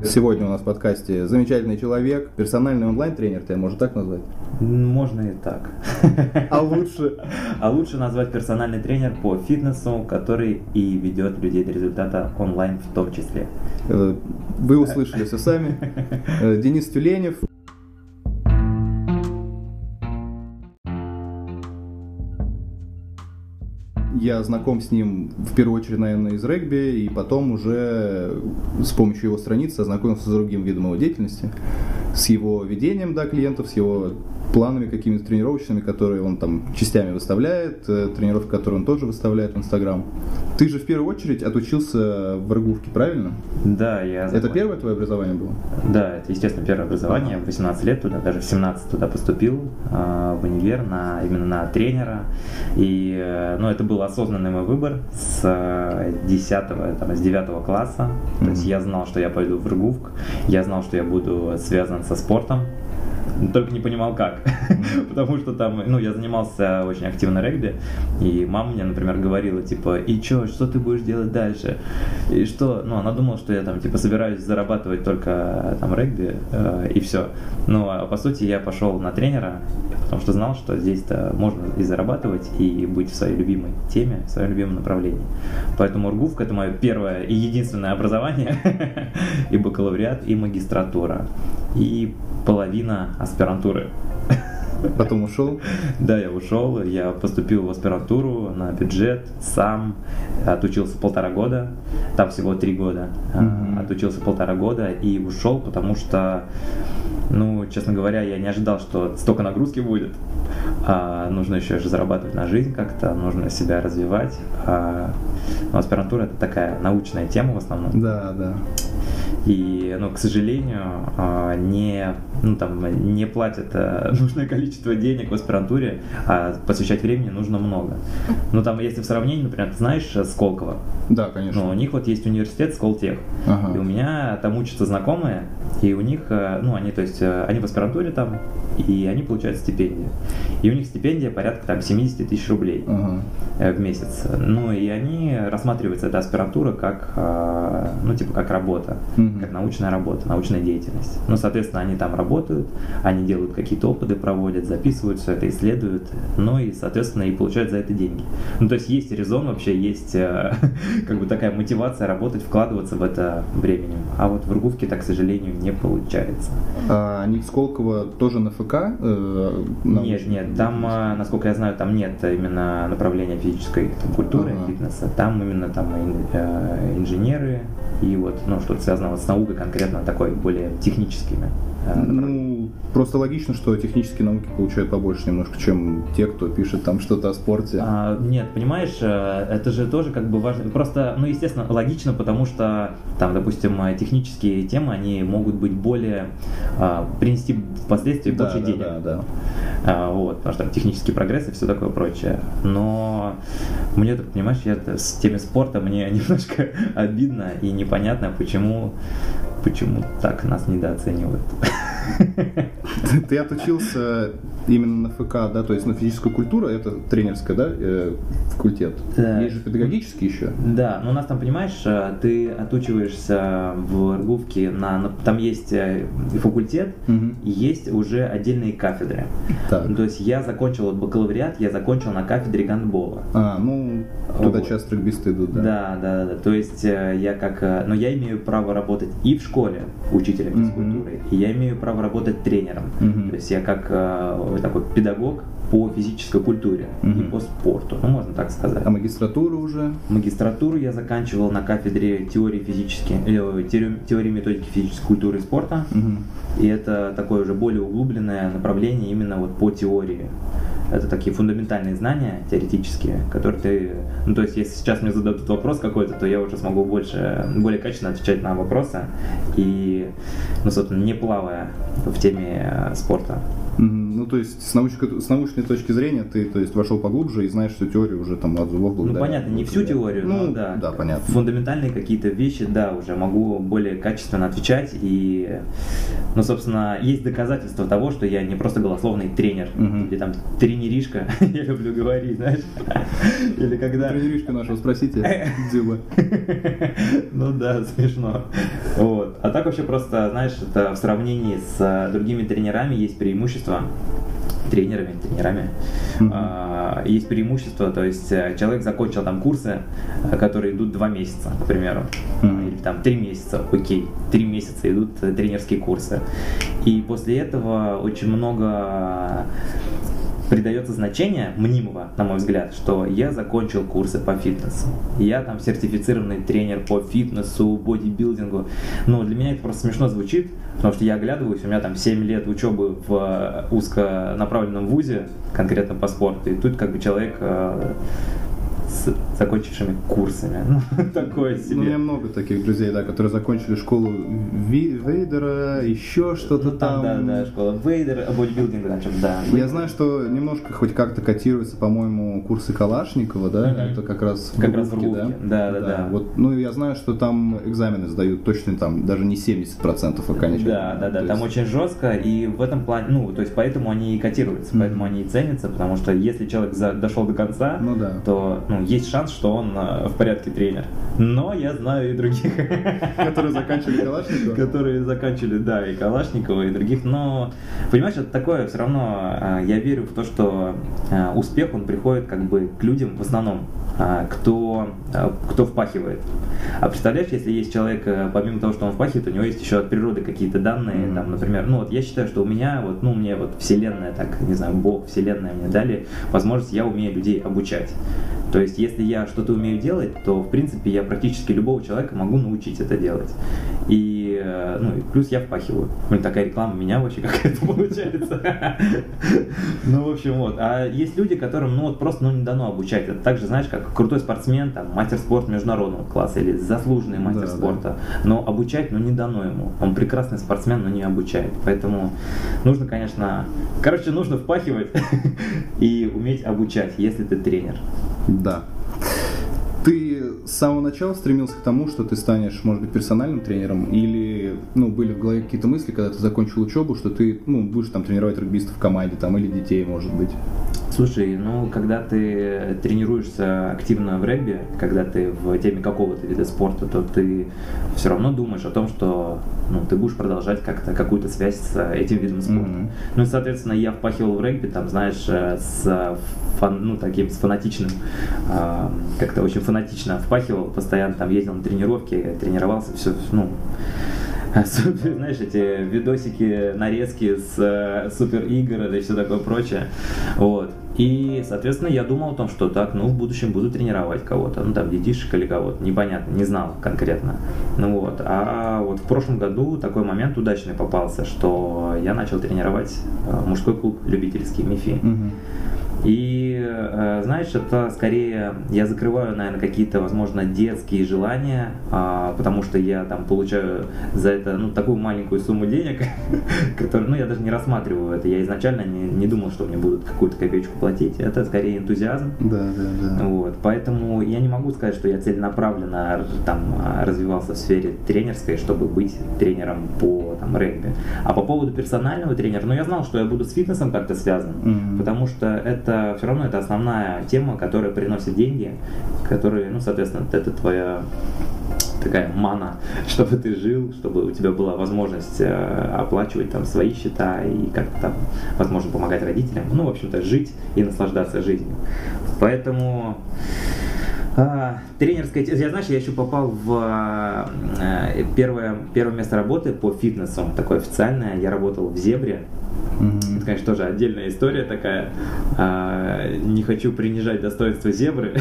Сегодня у нас в подкасте замечательный человек, персональный онлайн-тренер, тебя можно так назвать? Можно и так. А лучше? А лучше назвать персональный тренер по фитнесу, который и ведет людей до результата онлайн в том числе. Вы услышали все сами. Денис Тюленев. Я знаком с ним в первую очередь, наверное, из регби, и потом уже с помощью его страницы ознакомился с другим видом его деятельности, с его ведением, да, клиентов, с его планами какими-то тренировочными, которые он там частями выставляет, тренировки, которые он тоже выставляет в Инстаграм. Ты же в первую очередь отучился в РГУФке, правильно? Да, я Это первое твое образование было? Да, это, естественно, первое образование. В 18 лет туда, даже в 17 туда поступил, в универ, именно на тренера. И, это был осознанный мой выбор с 9 класса. То есть я знал, что я пойду в РГУФК, я знал, что я буду связан со спортом. Только не понимал как, потому что там, я занимался очень активно регби, и мама мне, например, говорила, и что ты будешь делать дальше, и что, она думала, что я там, собираюсь зарабатывать только там регби, и все, а по сути я пошел на тренера, потому что знал, что здесь-то можно и зарабатывать, и быть в своей любимой теме, в своем любимом направлении, поэтому РГУФК — это мое первое и единственное образование, и бакалавриат, и магистратура, и половина аспирантуры. Потом ушел? Да, я ушел, я поступил в аспирантуру на бюджет, сам отучился 1,5 года, там всего 3 года, отучился 1,5 года и ушел, потому что, честно говоря, я не ожидал, что столько нагрузки будет, нужно еще же зарабатывать на жизнь как-то, нужно себя развивать, аспирантура — это такая научная тема в основном. Да, да. И, к сожалению, не платят нужное количество денег в аспирантуре, а посвящать времени нужно много. Если в сравнении, например, ты знаешь Сколково? Да, конечно. У них есть университет Сколтех, и у меня там учатся знакомые, и у них, они в аспирантуре там, и они получают стипендию. И у них стипендия порядка 70 тысяч рублей в месяц. И они рассматриваются, эта аспирантура, как работа, как научная работа, научная деятельность. Соответственно, они там работают, они делают какие-то опыты, проводят, записывают все это, исследуют, и, соответственно, и получают за это деньги. То есть есть резон вообще, есть такая мотивация работать, вкладываться в это временем. А вот в РГУФКе так, к сожалению, не получается. А они в Сколково тоже на ФК? Нет, там, насколько я знаю, там нет именно направления физической культуры, фитнеса. Там именно инженеры и что-то связано с наукой конкретно, такой более техническими. Просто логично, что технические науки получают побольше немножко, чем те, кто пишет там что-то о спорте. Нет, понимаешь, это же тоже важно. Просто, естественно, логично, потому что там, допустим, технические темы, они могут быть более, принести впоследствии больше денег. Да. Потому что там технический прогресс и все такое прочее. Но мне, понимаешь, с темой спорта мне немножко обидно и непонятно, почему так нас недооценивают. Ты отучился именно на ФК, да, то есть на физическую культуру, это тренерская, да, факультет? Да. Есть же педагогический еще? Да, но у нас там, понимаешь, ты отучиваешься в РГУФКе, там есть факультет, и есть уже отдельные кафедры. Так. То есть я закончил бакалавриат, я закончил на кафедре гандбола. Туда часто регбисты идут, да? Да. То есть я я имею право работать и в школе учителем физкультуры, и я имею право работать тренером. То есть я как такой педагог по физической культуре и по спорту, можно так сказать. А магистратуру уже? Магистратуру я заканчивал на кафедре теории методики физической культуры и спорта. И это такое уже более углубленное направление именно по теории. Это такие фундаментальные знания теоретические, которые ты... то есть, если сейчас мне зададут вопрос какой-то, то я уже смогу более качественно отвечать на вопросы и, собственно, не плавая в теме спорта. Ну, то есть, с научной точки зрения ты, то есть, вошел поглубже и знаешь всю теорию уже там от зубов благодаря. Ну, понятно, не всю теорию, ну, но да. Да, понятно. Фундаментальные какие-то вещи, да, уже могу более качественно отвечать. И, ну, собственно, есть доказательства того, что я не просто голословный тренер. Или там тренеришка, я люблю говорить, знаешь. Или когда... Тренеришка нашего спросите, Дзюба. Ну да, смешно. Вот. А так вообще просто, знаешь, это в сравнении с другими тренерами есть преимущество. Тренерами. Есть преимущество, то есть человек закончил там курсы, которые идут 2 месяца, к примеру, или там 3 месяца, окей, 3 месяца идут тренерские курсы. И после этого очень много придается значение мнимого, на мой взгляд, что я закончил курсы по фитнесу, я там сертифицированный тренер по фитнесу, бодибилдингу. Но для меня это просто смешно звучит, потому что я оглядываюсь, у меня там 7 лет учебы в узконаправленном вузе, конкретно по спорту, и тут как бы человек с закончившими курсами. Ну, такое себе. Ну, у меня много таких друзей, да, которые закончили школу Вейдера, еще что-то там. Да, школа Вейдера, бодибилдинг, да. Я знаю, что немножко хоть как-то котируются, по-моему, курсы Калашникова, да, это как раз в Рубке, да. Вот, ну, я знаю, что там экзамены сдают точно там даже не 70% окончательно. Да, там очень жестко, и в этом плане, ну, то есть поэтому они и котируются, поэтому они и ценятся, потому что если человек дошел до конца, то, ну, есть шанс, что он в порядке тренер. Но я знаю и других. Которые заканчивали Калашникова? Которые заканчивали, да, и Калашникова, и других. Но, понимаешь, это такое, все равно я верю в то, что успех, он приходит как бы к людям в основном, кто впахивает. А представляешь, если есть человек, помимо того, что он впахивает, у него есть еще от природы какие-то данные, там, например, ну вот я считаю, что у меня, вот, ну мне вот вселенная, так, не знаю, Бог, вселенная мне дали возможность, я умею людей обучать. То есть, если я что-то умею делать, то, в принципе, я практически любого человека могу научить это делать. И, ну, и плюс я впахиваю. Блин, такая реклама меня вообще какая-то получается. Ну, в общем, вот. А есть люди, которым, ну, вот просто, ну, не дано обучать. Это так же, знаешь, как крутой спортсмен, там, мастер спорта международного класса или заслуженный мастер спорта. Но обучать, ну, не дано ему. Он прекрасный спортсмен, но не обучает. Поэтому нужно, конечно, нужно впахивать и уметь обучать, если ты тренер. Да. Ты с самого начала стремился к тому, что ты станешь, может быть, персональным тренером, или, ну, были в голове какие-то мысли, когда ты закончил учебу, что ты, ну, будешь там тренировать регбистов в команде, там, или детей, может быть? Слушай, ну, когда ты тренируешься активно в регби, когда ты в теме какого-то вида спорта, то ты все равно думаешь о том, что, ну, ты будешь продолжать как-то какую-то связь с этим видом спорта. Ну, и, соответственно, я впахивал в регби, там, знаешь, с фанатичным, как-то очень фанатично впахивал, постоянно там ездил на тренировки, тренировался, все, ну, супер, знаешь, эти видосики, нарезки с супер игр и все такое прочее, вот. И, соответственно, я думал о том, что так, ну, в будущем буду тренировать кого-то, ну, там, детишек или кого-то, непонятно, не знал конкретно, ну, вот. А вот в прошлом году такой момент удачный попался, что я начал тренировать мужской клуб любительский МИФИ. И, знаешь, это скорее я закрываю, наверное, какие-то, возможно, детские желания, потому что я там получаю за это, ну, такую маленькую сумму денег, которую, ну, я даже не рассматриваю это. Я изначально не думал, что мне будут какую-то копеечку платить. Это скорее энтузиазм. Да. Вот. Поэтому я не могу сказать, что я целенаправленно там развивался в сфере тренерской, чтобы быть тренером по там регби. А по поводу персонального тренера, ну, я знал, что я буду с фитнесом как-то связан, потому что это все равно это основная тема, которая приносит деньги, которые, ну, соответственно, это твоя такая мана, чтобы ты жил, чтобы у тебя была возможность оплачивать там свои счета и как-то там, возможно, помогать родителям, ну, в общем-то, жить и наслаждаться жизнью. Поэтому тренерская... Я, знаешь, я еще попал в первое место работы по фитнесу, такое официальное. Я работал в «Зебре». Это, конечно, тоже отдельная история такая. Не хочу принижать достоинство «Зебры».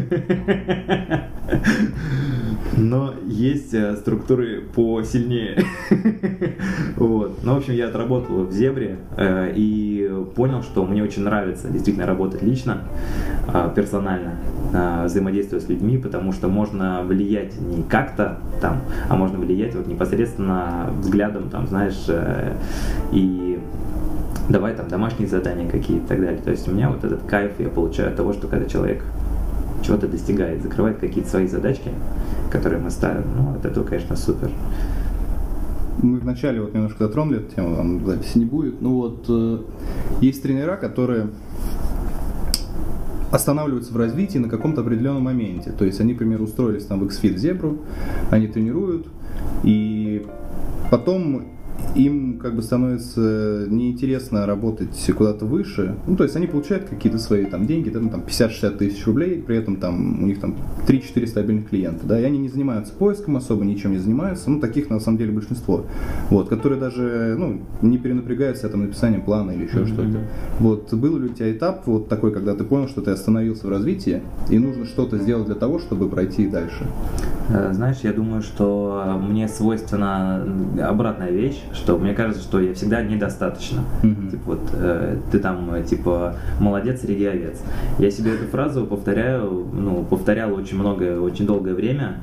Но есть структуры посильнее. Вот. Ну, в общем, я отработал в «Зебре» и понял, что мне очень нравится действительно работать лично, персонально, взаимодействуя с людьми, потому что можно влиять не как-то там, а можно влиять вот непосредственно взглядом, там, знаешь, и давай там домашние задания какие-то и так далее. То есть у меня вот этот кайф я получаю от того, что когда человек чего-то достигает, закрывает какие-то свои задачки, которые мы ставим, ну, от этого, конечно, супер. Мы вначале вот немножко затронули эту тему, там записи не будет. Ну вот, есть тренера, которые останавливаются в развитии на каком-то определенном моменте. То есть они, к примеру, устроились там в X-Fit Зебру, они тренируют, и потом им как бы становится неинтересно работать куда-то выше. Ну, то есть они получают какие-то свои там деньги, там 50-60 тысяч рублей, при этом там у них там 3-4 стабильных клиента, да, и они не занимаются поиском особо, ничем не занимаются, ну, таких на самом деле большинство, вот, которые даже, ну, не перенапрягаются там написанием плана или еще что-то. Вот, был ли у тебя этап вот такой, когда ты понял, что ты остановился в развитии, и нужно что-то сделать для того, чтобы пройти дальше? Знаешь, я думаю, что мне свойственна обратная вещь, что мне кажется, что я всегда недостаточно. Типа вот ты там типа молодец среди овец. Я себе эту фразу повторяю, ну, повторял очень долгое время.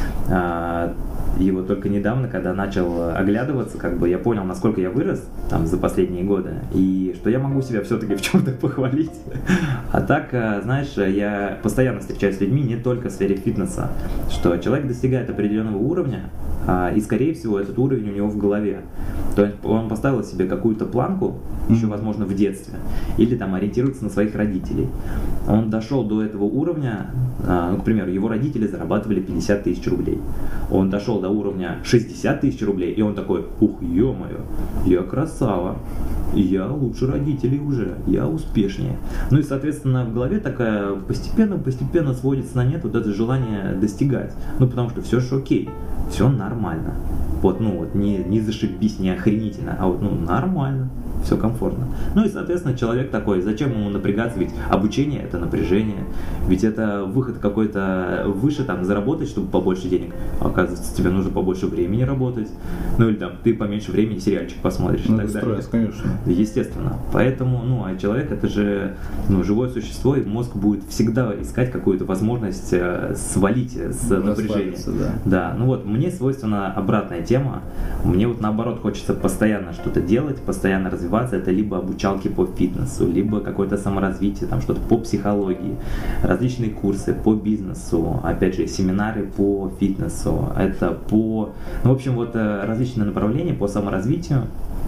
И вот только недавно, когда начал оглядываться, как бы я понял, насколько я вырос там за последние годы, и что я могу себя все-таки в чем-то похвалить. А так, знаешь, я постоянно встречаюсь с людьми не только в сфере фитнеса, что человек достигает определенного уровня, и, скорее всего, этот уровень у него в голове. То есть он поставил себе какую-то планку, еще, возможно, в детстве, или там ориентируется на своих родителей. Он дошел до этого уровня, ну, к примеру, его родители зарабатывали 50 тысяч рублей. Он дошел до уровня 60 тысяч рублей, и он такой: ух, ё-моё, я красава, я лучше родителей уже, я успешнее. Ну и, соответственно, в голове такая постепенно сводится на нет вот это желание достигать. Ну, потому что все же окей, все нормально. Вот, ну вот, не зашибись, не охренительно, а вот, ну, нормально, все комфортно. Ну и, соответственно, человек такой, зачем ему напрягаться, ведь обучение — это напряжение, ведь это выход какой-то выше, там, заработать, чтобы побольше денег, а оказывается, тебе нужно побольше времени работать, ну или там, ты поменьше времени сериальчик посмотришь и так далее. Конечно. Естественно. Поэтому, ну, а человек — это же, ну, живое существо, и мозг будет всегда искать какую-то возможность свалить с напряжения. Да, ну вот, мне свойственна обратная тема. Мне вот наоборот хочется постоянно что-то делать, постоянно развиваться. Это либо обучалки по фитнесу, либо какое-то саморазвитие, там что-то по психологии, различные курсы по бизнесу, опять же, семинары по фитнесу. Это по, ну, в общем, вот различные направления по саморазвитию.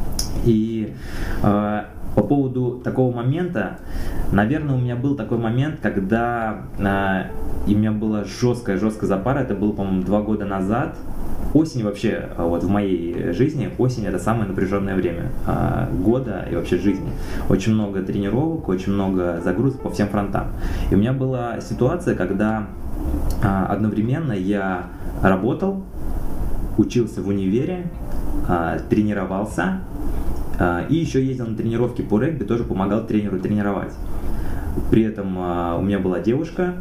И по поводу такого момента, наверное, у меня был такой момент, когда и у меня была жесткая запара. Это было, по-моему, 2 года назад. Осень вообще, вот в моей жизни, осень — это самое напряженное время года и вообще жизни. Очень много тренировок, очень много загрузок по всем фронтам. И у меня была ситуация, когда одновременно я работал, учился в универе, тренировался, и еще ездил на тренировки по регби, тоже помогал тренеру тренировать. При этом у меня была девушка,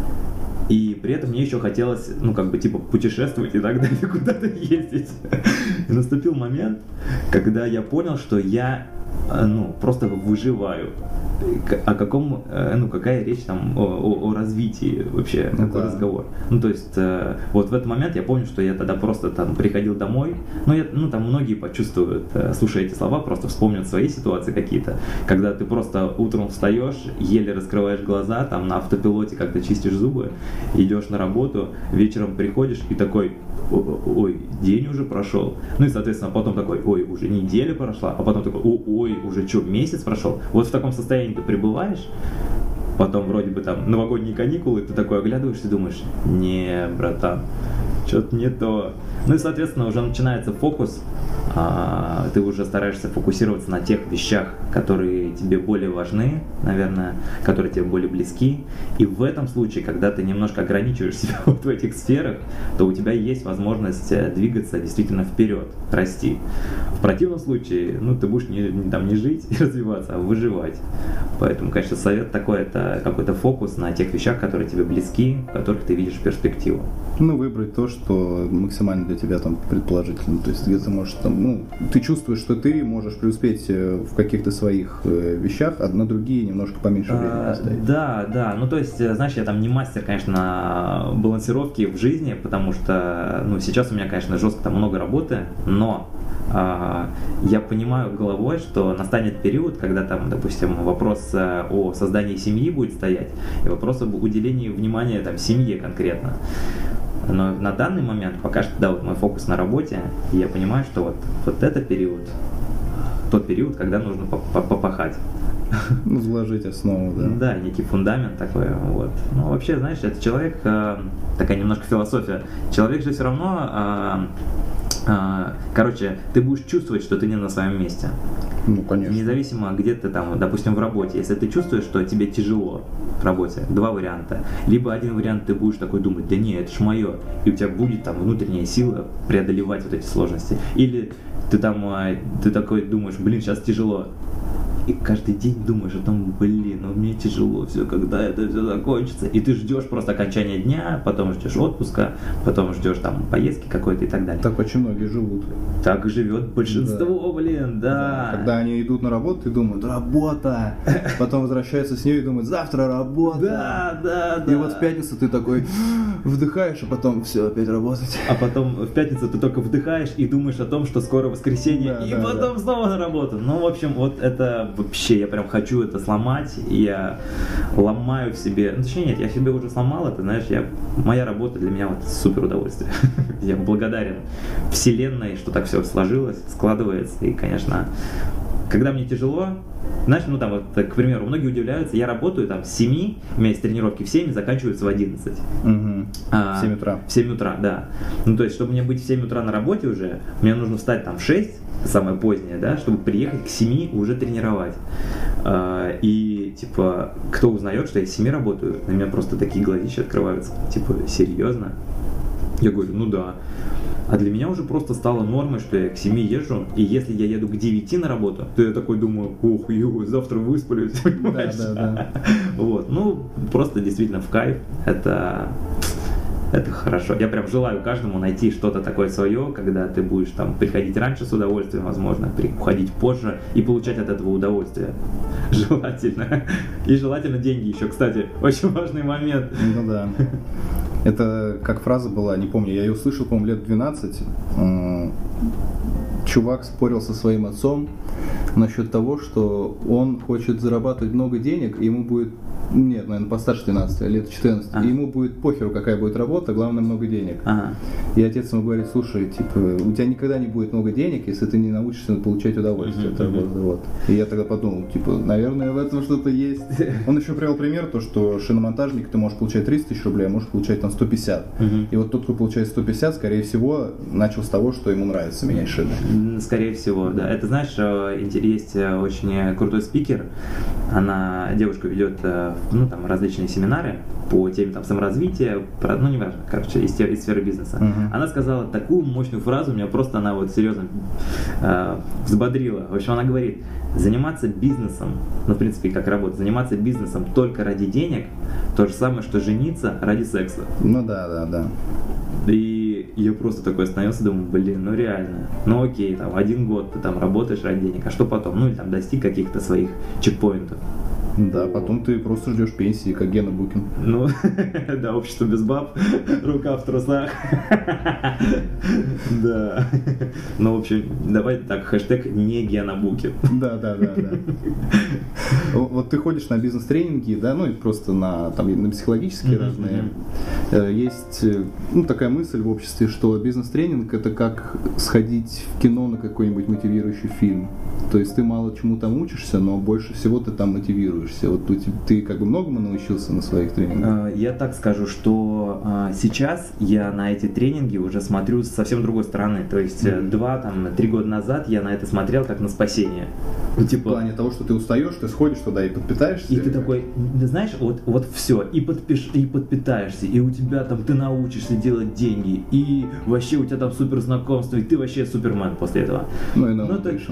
и при этом мне еще хотелось, ну, как бы, типа, путешествовать и так далее, куда-то ездить. И наступил момент, когда я понял, что я, ну, просто выживаю. О каком, ну, какая речь там о развитии вообще, какой разговор. Ну, то есть, вот в этот момент я помню, что я тогда просто там приходил домой, ну, там многие почувствуют, слушая эти слова, просто вспомнят свои ситуации какие-то, когда ты просто утром встаешь, еле раскрываешь глаза, там на автопилоте как-то чистишь зубы, идешь на работу, вечером приходишь и такой: ой, день уже прошел. Ну и, соответственно, потом такой: ой, уже неделя прошла, а потом такой: ой, уже что, месяц прошел? Вот в таком состоянии ты пребываешь, потом вроде бы там новогодние каникулы, ты такой оглядываешься и думаешь: не, братан, что-то не то. Ну и, соответственно, уже начинается фокус, ты уже стараешься фокусироваться на тех вещах, которые тебе более важны, наверное, которые тебе более близки. И в этом случае, когда ты немножко ограничиваешь себя вот в этих сферах, то у тебя есть возможность двигаться действительно вперед, расти. В противном случае, ну, ты будешь не жить и развиваться, а выживать. Поэтому, конечно, совет такой — это какой-то фокус на тех вещах, которые тебе близки, в которых ты видишь перспективу. Ну, выбрать то, что что максимально для тебя там предположительно? То есть где ты можешь там, ну, ты чувствуешь, что ты можешь преуспеть в каких-то своих вещах, а на другие немножко поменьше времени оставить? Да, ну то есть, знаешь, я там не мастер, конечно, балансировки в жизни, потому что, ну, сейчас у меня, конечно, жестко там много работы, но я понимаю головой, что настанет период, когда там, допустим, вопрос о создании семьи будет стоять, и вопрос об уделении внимания там семье конкретно. Но на данный момент пока что, да, вот мой фокус на работе, и я понимаю, что вот это период, тот период, когда нужно попахать. Ну, заложить основу, да. Да, некий фундамент такой, вот. Ну, вообще, знаешь, это человек, такая немножко философия, человек же все равно, короче, ты будешь чувствовать, что ты не на своем месте. Ну, конечно. Независимо, где ты там, допустим, в работе, если ты чувствуешь, что тебе тяжело в работе, два варианта. Либо один вариант, ты будешь такой думать, да не, это ж мое, и у тебя будет там внутренняя сила преодолевать вот эти сложности. Или ты там, ты такой думаешь, блин, сейчас тяжело. И каждый день думаешь о том, блин, ну мне тяжело все, когда это все закончится. И ты ждешь просто окончания дня, потом ждешь отпуска, потом ждешь там поездки какой-то и так далее. Так очень многие живут. Так живет большинство, да. Блин, да. Когда они идут на работу и думают, работа, потом возвращаются с ней и думают, завтра работа. Да. И вот в пятницу ты такой вдыхаешь, а потом все, опять работать. А потом в пятницу ты только вдыхаешь и думаешь о том, что скоро воскресенье, да, и потом снова на работу. Ну, в общем, вот это вообще, я прям хочу это сломать, и я ломаю в себе, ну, точнее нет, я себе уже сломал это, знаешь, моя работа для меня вот супер удовольствие. Я благодарен вселенной, что так все сложилось, складывается, и, конечно, когда мне тяжело, знаешь, ну там вот, к примеру, многие удивляются, я работаю там с 7, у меня есть тренировки в 7, заканчиваются в 11. В 7 утра. В 7 утра, да. Ну то есть, чтобы мне быть в 7 утра на работе уже, мне нужно встать там в 6, самое позднее, да, чтобы приехать к 7 уже тренировать. И, типа, кто узнает, что я с 7 работаю, на меня просто такие глазища открываются, типа, серьезно? Я говорю, ну да. А для меня уже просто стало нормой, что я к 7 езжу, и если я еду к 9 на работу, то я такой думаю, ох, завтра высплюсь, понимаешь? Да. Вот, ну, просто действительно в кайф, это хорошо. Я прям желаю каждому найти что-то такое свое, когда ты будешь там приходить раньше с удовольствием, возможно, уходить позже и получать от этого удовольствие. Желательно. И желательно деньги еще, кстати, очень важный момент. Ну да. Это как фраза была, не помню, я ее услышал, по-моему, лет 12. Чувак спорил со своим отцом насчет того, что он хочет зарабатывать много денег, и ему будет, нет, наверное, постарше 12, лет 14, и ему будет похеру, какая будет работа, главное много денег. И отец ему говорит, слушай, типа, у тебя никогда не будет много денег, если ты не научишься получать удовольствие от работы. Вот. И я тогда подумал, типа, наверное, в этом что-то есть. Он еще привел пример, то, что шиномонтажник ты можешь получать 30 тысяч рублей, а можешь получать там 150. И вот тот, кто получает 150, скорее всего, начал с того, что ему нравится менять шины. Скорее всего, да. Это, знаешь, есть очень крутой спикер, девушка ведет, ну, там, различные семинары по теме там саморазвития, ну, неважно, короче, из сферы бизнеса. Она сказала такую мощную фразу, меня просто она вот серьезно взбодрила. В общем, она говорит, заниматься бизнесом, ну, в принципе, как работать, заниматься бизнесом только ради денег, то же самое, что жениться ради секса. Ну, да. И я просто такой остановился, думаю, блин, ну реально, ну окей, там 1 год ты там работаешь ради денег, а что потом? Ну или там достиг каких-то своих чекпоинтов. Да, потом ты просто ждешь пенсии, как Гена Букин. Ну, да, общество без баб, рука в трусах. Да. Ну, в общем, давайте так, хэштег не Гена Букин. Да. Вот ты ходишь на бизнес-тренинги, да, ну и просто на психологические разные. Есть, ну, такая мысль в обществе, что бизнес-тренинг это как сходить в кино на какой-нибудь мотивирующий фильм. То есть ты мало чему там учишься, но больше всего ты там мотивируешься. Вот ты как бы многому научился на своих тренингах? Я так скажу, что сейчас я на эти тренинги уже смотрю с совсем другой стороны. То есть 2-3 года назад я на это смотрел как на спасение. Ну, типа... В плане того, что ты устаешь, ты сходишь туда и подпитаешься? И ты такой, знаешь, вот все, и подпитаешься, и у тебя там ты научишься делать деньги, и вообще у тебя там супер знакомство, и ты вообще супермен после этого. Ну и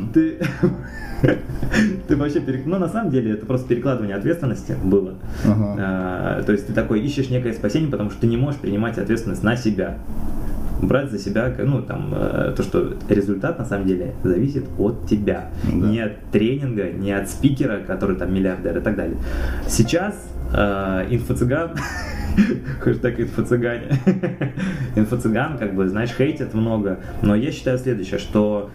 ты вообще на самом деле это просто перекладывание ответственности было. То есть ты такой ищешь некое спасение, потому что ты не можешь принимать ответственность на себя. брать за себя, ну, там, то, что результат на самом деле зависит от тебя. Да. Не от тренинга, не от спикера, который там миллиардер и так далее. Сейчас инфо-цыган, хэштег инфо-цыгане, инфо-цыган, как бы, знаешь, хейтят много, но я считаю следующее, что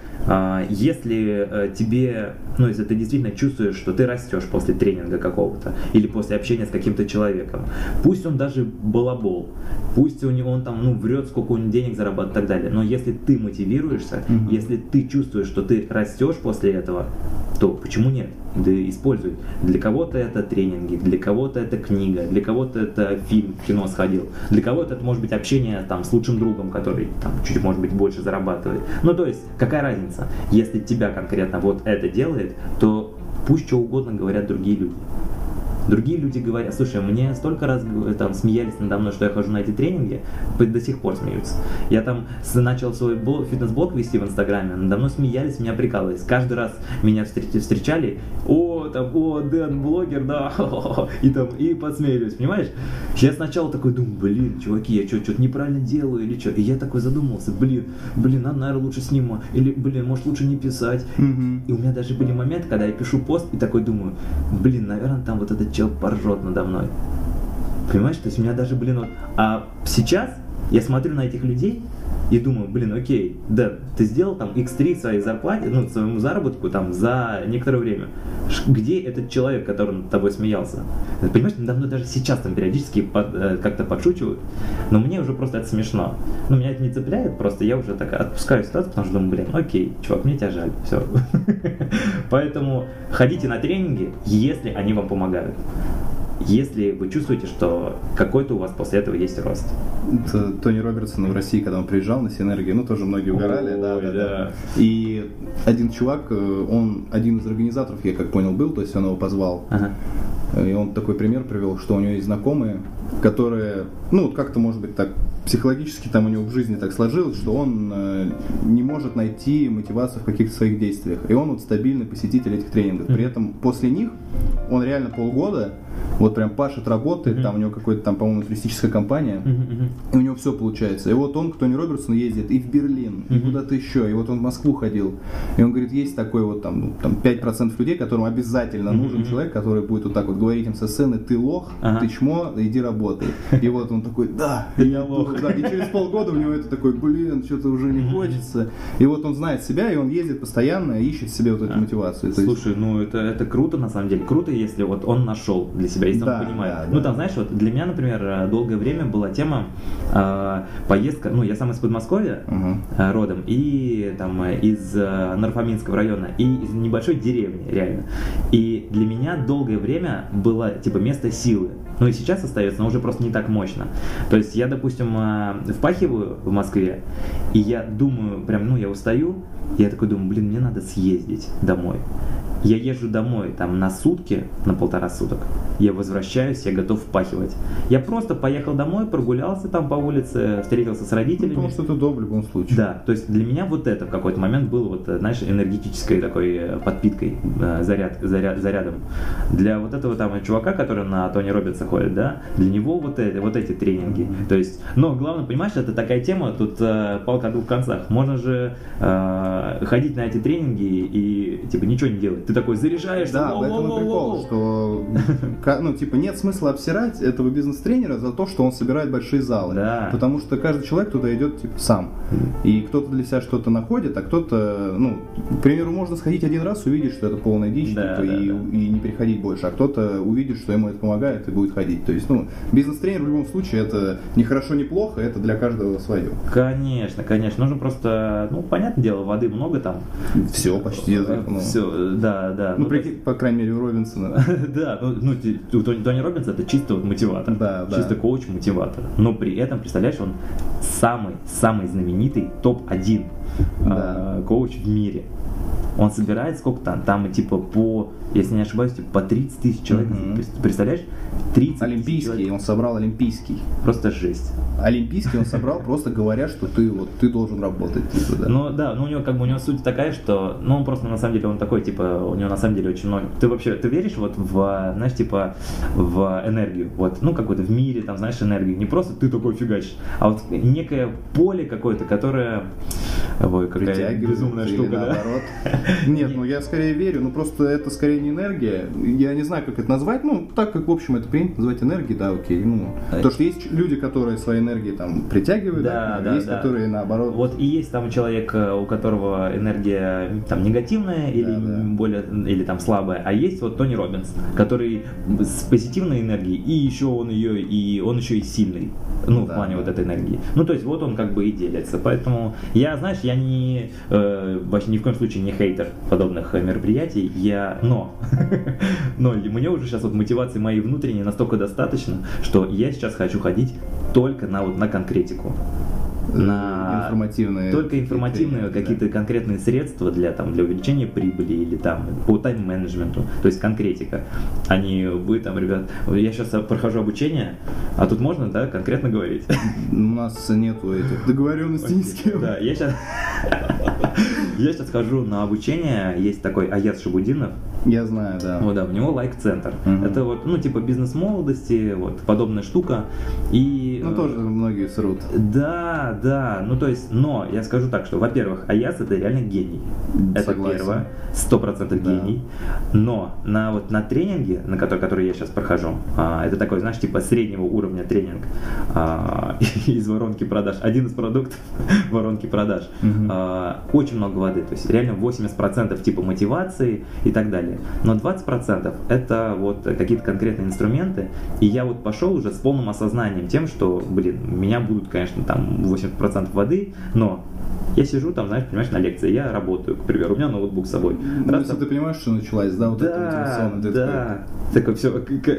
если тебе, ну, если ты действительно чувствуешь, что ты растешь после тренинга какого-то или после общения с каким-то человеком, пусть он даже балабол, пусть он там, ну, врет, сколько он денег зарабатывает и так далее, но если ты мотивируешься, если ты чувствуешь, что ты растешь после этого, то почему нет? Да используй. Для кого-то это тренинги, для кого-то это книга, для кого-то это фильм, в кино сходил, для кого-то это может быть общение там с лучшим другом, который там чуть, может быть, больше зарабатывает. Ну, то есть, какая разница? Если тебя конкретно вот это делает, то пусть что угодно говорят другие люди. Другие люди говорят, слушай, мне столько раз там смеялись надо мной, что я хожу на эти тренинги, до сих пор смеются. Я там начал свой фитнес-блог вести в Инстаграме, надо мной смеялись, меня прикалывались. Каждый раз меня встречали, Дэн, блогер, да, и подсмеялись, понимаешь? Я сначала такой думаю, блин, чуваки, я что-то неправильно делаю или что? И я такой задумался, блин, надо, наверное, лучше сниму, или, блин, может, лучше не писать. И у меня даже были моменты, когда я пишу пост и такой думаю, блин, наверное, там вот этот чел поржет надо мной. Понимаешь, то есть у меня даже, вот... А сейчас я смотрю на этих людей и думаю, окей, да, ты сделал там x3 своей зарплате, ну, своему заработку там за некоторое время. Где этот человек, который над тобой смеялся? Понимаешь, надо мной даже сейчас там периодически как-то подшучивают, но мне уже просто это смешно. Ну, меня это не цепляет, просто я уже так отпускаю ситуацию, потому что думаю, окей, чувак, мне тебя жаль, все. Поэтому ходите на тренинги, если они вам помогают. Если вы чувствуете, что какой-то у вас после этого есть рост. Это Тони Робертсон в России, когда он приезжал на Синергию, ну тоже многие угорали, да. И один чувак, он один из организаторов, я как понял, был, то есть он его позвал. И он такой пример привел, что у него есть знакомые, которые, ну как-то может быть так психологически там у него в жизни так сложилось, что он не может найти мотивацию в каких-то своих действиях. И он вот стабильный посетитель этих тренингов. При этом после них он реально полгода вот прям пашет, работает, там у него какой-то там, по-моему, туристическая компания, и у него все получается. И вот он к Тони Робертсону ездит и в Берлин, и куда-то еще, и вот он в Москву ходил. И он говорит, есть такой вот там 5% людей, которым обязательно нужен человек, который будет вот так вот говорить им со сцены, ты лох, ты чмо, иди работай. И вот он такой, да, я лох. Да, и через полгода у него это такой, что-то уже не хочется. И вот он знает себя, и он ездит постоянно, ищет себе вот эту мотивацию. Слушай, ну это круто на самом деле. Круто, если вот он нашел для себя, если он понимает. Ну там, знаешь, вот для меня, например, долгое время была тема поездка, ну я сам из Подмосковья родом, и там из Нарфаминского района, и из небольшой деревни, реально. И для меня долгое время было типа место силы. Ну и сейчас остается, но уже просто не так мощно. То есть я, допустим, впахиваю в Москве, и я думаю, прям, я устаю, я такой думаю, мне надо съездить домой. Я езжу домой там на сутки, на 1,5 суток. Я возвращаюсь, я готов впахивать. Я просто поехал домой, прогулялся там по улице, встретился с родителями. Потому что это удобно в любом случае. Да, то есть для меня вот это в какой-то момент было, вот, знаешь, энергетической такой подпиткой, зарядом. Для вот этого там чувака, который на Тони Робертса ходит, да, для него вот эти тренинги. То есть, но главное, понимаешь, это такая тема, тут палка о двух концах. Можно же ходить на эти тренинги и типа ничего не делать. Ты такой заряжаешься. Да, в этом и прикол, что нет смысла обсирать этого бизнес-тренера за то, что он собирает большие залы. Да. Потому что каждый человек туда идет сам. И кто-то для себя что-то находит, а кто-то, к примеру, можно сходить один раз, увидеть, что это полная дичь, и не приходить больше, а кто-то увидит, что ему это помогает и будет ходить. То есть, бизнес-тренер в любом случае это не хорошо, не плохо, это для каждого свое. Конечно. Нужно просто, понятное дело, воды много там. Все, почти. Все, да. По крайней мере, у Робинсона. Да, у Тони Робинса это чисто мотиватор. Чисто коуч-мотиватор. Но при этом, представляешь, он самый знаменитый топ-1 коуч в мире. Он собирает сколько там типа если не ошибаюсь, типа по 30 тысяч человек. Представляешь? 30 Олимпийский, человек. он собрал олимпийский. Просто жесть. Олимпийский он собрал, просто говоря, что ты должен работать. Типа, да. Ну да, у него суть такая, что, он просто на самом деле он такой, типа, у него на самом деле очень много. Ты веришь вот знаешь, типа, в энергию, вот, какой-то в мире, там, знаешь, энергию. Не просто ты такой фигачишь, а вот некое поле какое-то, которое, какая безумная штука, да? Нет, я скорее верю, просто это скорее не энергия. Я не знаю, как это назвать, так как, в общем, это принято называть энергией, да, окей. Потому что есть люди, которые своей энергией там притягивают, есть которые наоборот. Вот и есть там человек, у которого энергия там негативная или там слабая, а есть вот Тони Роббинс, который с позитивной энергией, и еще он еще и сильный, в плане вот этой энергии. То есть вот он как бы и делится. Поэтому я вообще ни в коем случае не хейтер подобных мероприятий, но мне уже сейчас вот мотивации моей внутренней настолько достаточно, что я сейчас хочу ходить только на конкретику. Только информативные какие-то конкретные средства для увеличения прибыли или по тайм-менеджменту, то есть конкретика. Вы там, ребят, я сейчас прохожу обучение, а тут можно, да, конкретно говорить? У нас нету этих договоренностей ни с кем. Да, я сейчас хожу на обучение, есть такой Аяз Шабудинов. Я знаю, да. У него лайк-центр. Это типа бизнес молодости, подобная штука. И тоже многие срут. Да. Но я скажу так, что, во-первых, Аяз это реально гений. Это первое, 100% гений. Но на тренинге, который я сейчас прохожу, это такой, знаешь, типа среднего уровня тренинг из воронки продаж. Один из продуктов воронки продаж. Очень много воды, то есть реально 80% типа мотивации и так далее. Но 20% это какие-то конкретные инструменты. И я пошел уже с полным осознанием тем, что, меня будут, конечно, там 80% воды, но я сижу там, знаешь, понимаешь, на лекции, я работаю, к примеру, у меня ноутбук с собой. Если ты понимаешь, что началась, да, эта мотивационная. Да, такой все,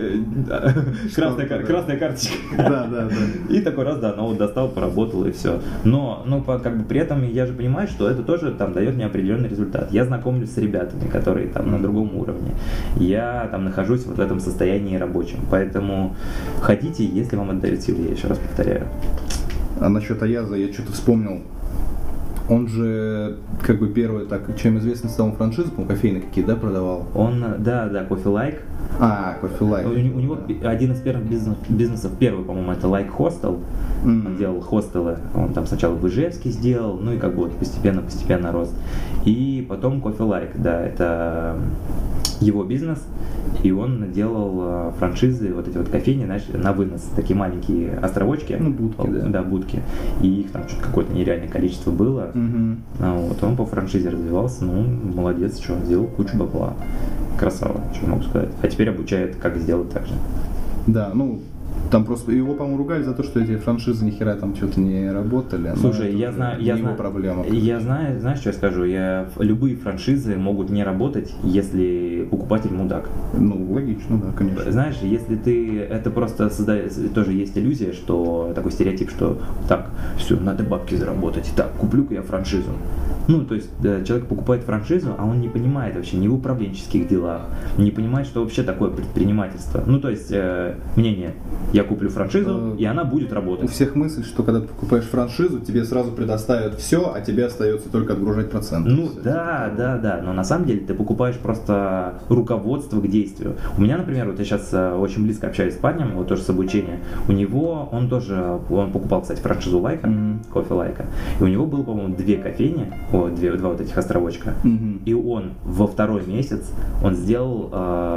красная карточка. Да. И такой раз, достал, поработал и все. Но при этом я же понимаю, что это тоже дает мне определенный результат. Я знакомлюсь с ребятами, которые на другом уровне. Я нахожусь в этом состоянии рабочем. Поэтому ходите, если вам отдают силы, я еще раз повторяю. А насчет Аяза я что-то вспомнил. Он же первый, чем известный стал франшизы, кофейные какие, да, продавал? Он, да, Coffee Like. Coffee Like. У него один из первых бизнесов, первый, по-моему, это Like Hostel. Он делал хостелы, он там сначала в Ижевске сделал, и постепенно рос. И потом Coffee Like, да, это его бизнес, и он делал франшизы, эти кофейни, знаешь, на вынос, такие маленькие островочки. Будки, да. Да, будки. И их там что-то какое-то нереальное количество было. Он по франшизе развивался, молодец, что он сделал кучу бабла. Красава, что могу сказать. А теперь обучает, как сделать так же. Да, там просто его, по-моему, ругали за то, что эти франшизы нихера там что-то не работали. Слушай, я знаю, проблема. Я знаю, знаешь, что я скажу? Любые франшизы могут не работать, если покупатель мудак. Логично, да, конечно. Знаешь, если это просто тоже есть иллюзия, что такой стереотип, что так, все, надо бабки заработать, так, куплю-ка я франшизу. То есть человек покупает франшизу, а он не понимает вообще ни в управленческих делах, не понимает, что вообще такое предпринимательство. То есть мнение, я куплю франшизу, и она будет работать. У всех мысль, что когда ты покупаешь франшизу, тебе сразу предоставят все, а тебе остается только отгружать проценты. Да, но на самом деле ты покупаешь просто руководство к действию. У меня, например, я сейчас очень близко общаюсь с парнем, тоже с обучения. Он покупал, кстати, франшизу Лайка, кофе Лайка, и у него было, по-моему, 2 кофейни, два этих островочка. И он во второй месяц он сделал,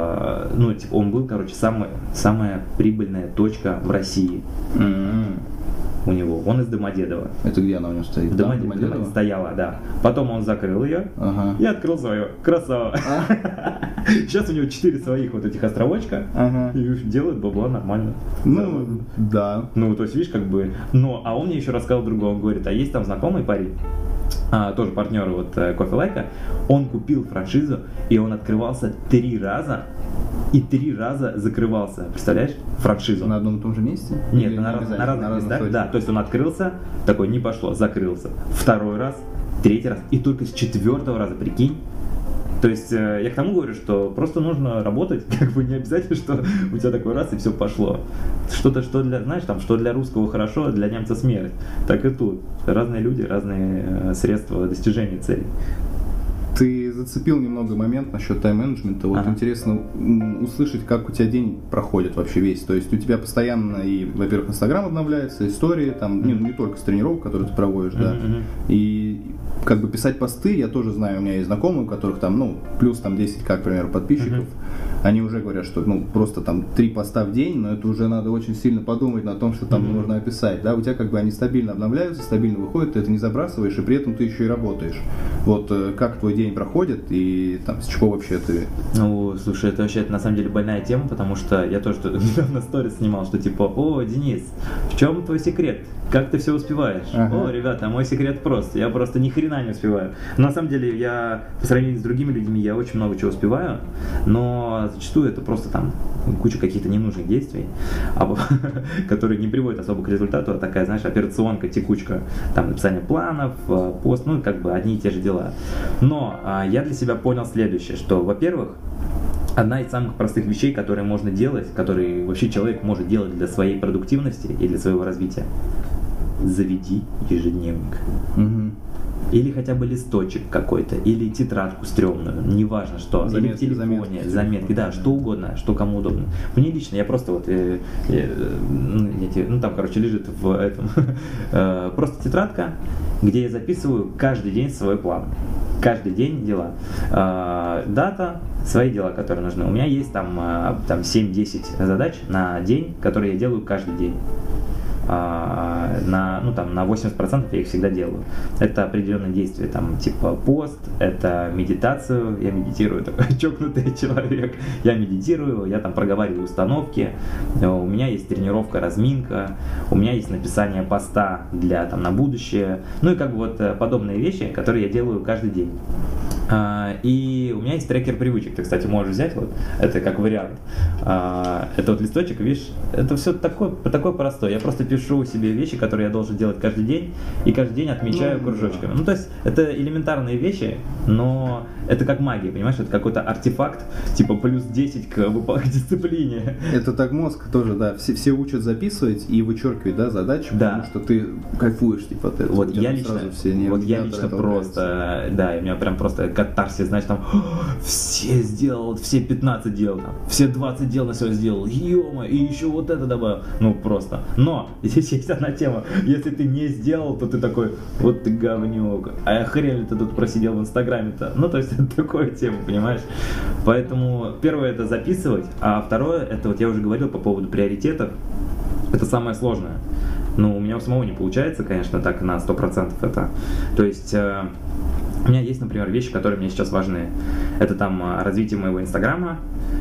он был, самая прибыльная точка в России. У него. Он из Домодедово. Это где она у него стоит? Домодедово стояла, да. Потом он закрыл ее и открыл свое. Красава. Сейчас у него 4 своих этих островочка. И делает бабла нормально. Да. То есть, видишь, а он мне еще рассказал другого. Он говорит, а есть там знакомый парень, тоже партнеры Coffee Like, он купил франшизу, и он открывался 3 раза, и 3 раза закрывался. Представляешь? Франшизу. На одном и том же месте? Нет, на разных местах. Да, то есть он открылся, такой, не пошло, закрылся. 2-й раз, 3-й раз, и только с 4-го раза, прикинь, То есть я к тому говорю, что просто нужно работать, как бы не обязательно, что у тебя такой раз и все пошло. Что-то, что для, знаешь, там, что для русского хорошо, для немца смерть. Так и тут. Разные люди, разные средства достижения целей. Ты зацепил немного момент насчет тайм-менеджмента. Вот интересно услышать, как у тебя день проходит вообще весь. То есть у тебя постоянно и, во-первых, Инстаграм обновляется, истории, там, не только с тренировок, которые ты проводишь, да, и как бы писать посты, я тоже знаю, у меня есть знакомые, у которых там, ну, плюс там 10к, к примеру, подписчиков. Они уже говорят, что ну просто там 3 поста в день, но это уже надо очень сильно подумать на том, что там нужно описать. Да, у тебя как бы они стабильно обновляются, стабильно выходят, ты это не забрасываешь, и при этом ты еще и работаешь. Вот как твой день проходит и там с чего вообще ты? Ну, слушай, это вообще на самом деле больная тема, потому что я тоже недавно сторис снимал, что типа, о, Денис, в чем твой секрет? Как ты все успеваешь? О, ребята, мой секрет прост, я просто ни хрена не успеваю. Но на самом деле я по сравнению с другими людьми я очень много чего успеваю, но зачастую это просто там куча каких-то ненужных действий, которые не приводят особо к результату, а такая, знаешь, операционка, текучка, там написание планов, пост, ну как бы одни и те же дела. Но я для себя понял следующее, что, во-первых, одна из самых простых вещей, которые можно делать, которые вообще человек может делать для своей продуктивности и для своего развития. Заведи ежедневник. Или хотя бы листочек какой-то, или тетрадку стрёмную, неважно что, заметки, или в телефоне, заметки, да, что угодно, что кому удобно. Мне лично, я просто вот, ну там, короче, лежит в этом, просто тетрадка, где я записываю каждый день свой план. Каждый день дела. Дата, свои дела, которые нужны. У меня есть там 7-10 задач на день, которые я делаю каждый день. На 80% я их всегда делаю. Это определенные действия, там, типа пост, это медитацию, я медитирую, такой чокнутый человек, я медитирую, я там проговариваю установки, у меня есть тренировка, разминка, у меня есть написание поста для, там, на будущее, ну и как бы вот подобные вещи, которые я делаю каждый день. И у меня есть трекер привычек, ты, кстати, можешь взять, вот, это как вариант. Это вот листочек, видишь, это все такое простое. Я просто пишу себе вещи, которые я должен делать каждый день, и каждый день отмечаю кружочками. Ну, то есть, это элементарные вещи, но это как магия, понимаешь, это какой-то артефакт, типа плюс 10 к дисциплине. Это так мозг тоже, да, все учат записывать и вычеркивать, да, задачи, потому что ты кайфуешь, типа, от этого. Вот я лично просто, да, и у меня прям просто катарсис, знаешь, там, все сделал, все 15 дел, там, все 20 дел на сегодня сделал, ё-моё, и еще вот это добавил, ну просто. Но здесь есть одна тема, если ты не сделал, то ты такой, вот ты говнюк, а хрен ли ты тут просидел в Инстаграме-то, ну то есть это такая тема, понимаешь. Поэтому первое это записывать, а второе, это вот я уже говорил по поводу приоритетов, это самое сложное. Ну, у меня у самого не получается, конечно, так на 100% это. То есть у меня есть, например, вещи, которые мне сейчас важны. Это там развитие моего Инстаграма,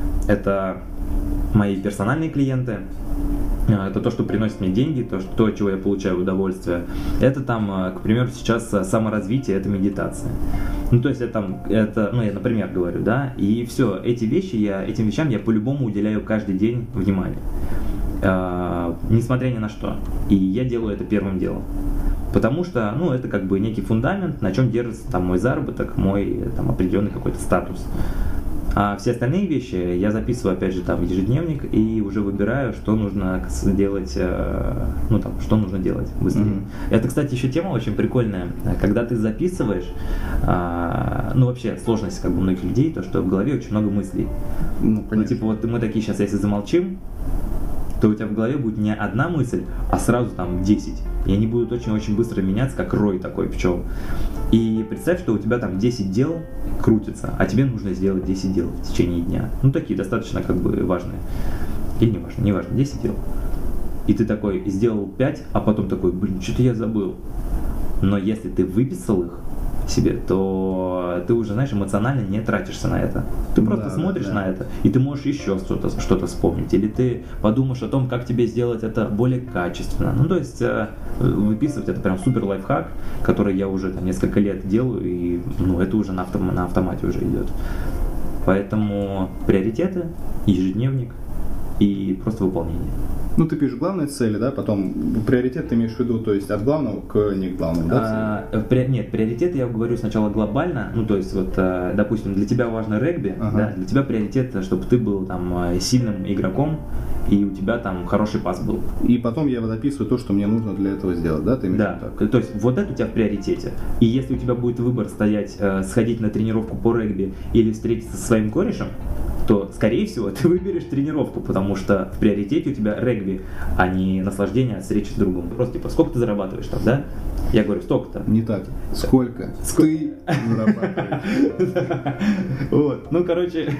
это мои персональные клиенты, это то, что приносит мне деньги, то, от чего я получаю удовольствие. Это там, к примеру, сейчас саморазвитие, это медитация. Ну, то есть это, ну, я, например, говорю, да, и все, этим вещам я по-любому уделяю каждый день внимание. Несмотря ни на что. И я делаю это первым делом. Потому что, ну, это как бы некий фундамент, на чем держится там мой заработок, мой там определенный какой-то статус. А все остальные вещи я записываю, опять же, там в ежедневник и уже выбираю, что нужно сделать, ну, там, что нужно делать быстрее. Это, кстати, еще тема очень прикольная. Когда ты записываешь, ну, вообще, сложность как бы многих людей, то, что в голове очень много мыслей. Ну, типа, вот мы такие сейчас, если замолчим, то у тебя в голове будет не одна мысль, а сразу там 10. И они будут очень-очень быстро меняться, как рой такой пчел. И представь, что у тебя там 10 дел крутится, а тебе нужно сделать 10 дел в течение дня. Ну, такие достаточно как бы важные. Или не важно, 10 дел. И ты такой сделал 5, а потом такой, блин, что-то я забыл. Но если ты выписал их себе, то ты уже, знаешь, эмоционально не тратишься на это. Ты просто смотришь на это, и ты можешь еще что-то вспомнить. Или ты подумаешь о том, как тебе сделать это более качественно. Ну, то есть, выписывать это прям супер лайфхак, который я уже там несколько лет делаю, и ну, это уже на автомате уже идет. Поэтому приоритеты, ежедневник и просто выполнение. Ну, ты пишешь главные цели, да, потом приоритет ты имеешь в виду, то есть от главного к не главному, да? Нет, приоритет я говорю сначала глобально, ну, то есть, вот, допустим, для тебя важно регби, да, для тебя приоритет, чтобы ты был там сильным игроком, и у тебя там хороший пас был. И потом я вот описываю то, что мне нужно для этого сделать, да, ты имеешь в виду так? То есть, вот это у тебя в приоритете. И если у тебя будет выбор стоять, сходить на тренировку по регби или встретиться со своим корешем, то, скорее всего, ты выберешь тренировку, потому что в приоритете у тебя регби, а не наслаждение от встречи с другом. Просто типа, сколько ты зарабатываешь там, да? Я говорю, столько-то. Не так. Сколько ты зарабатываешь? Вот, ну, короче,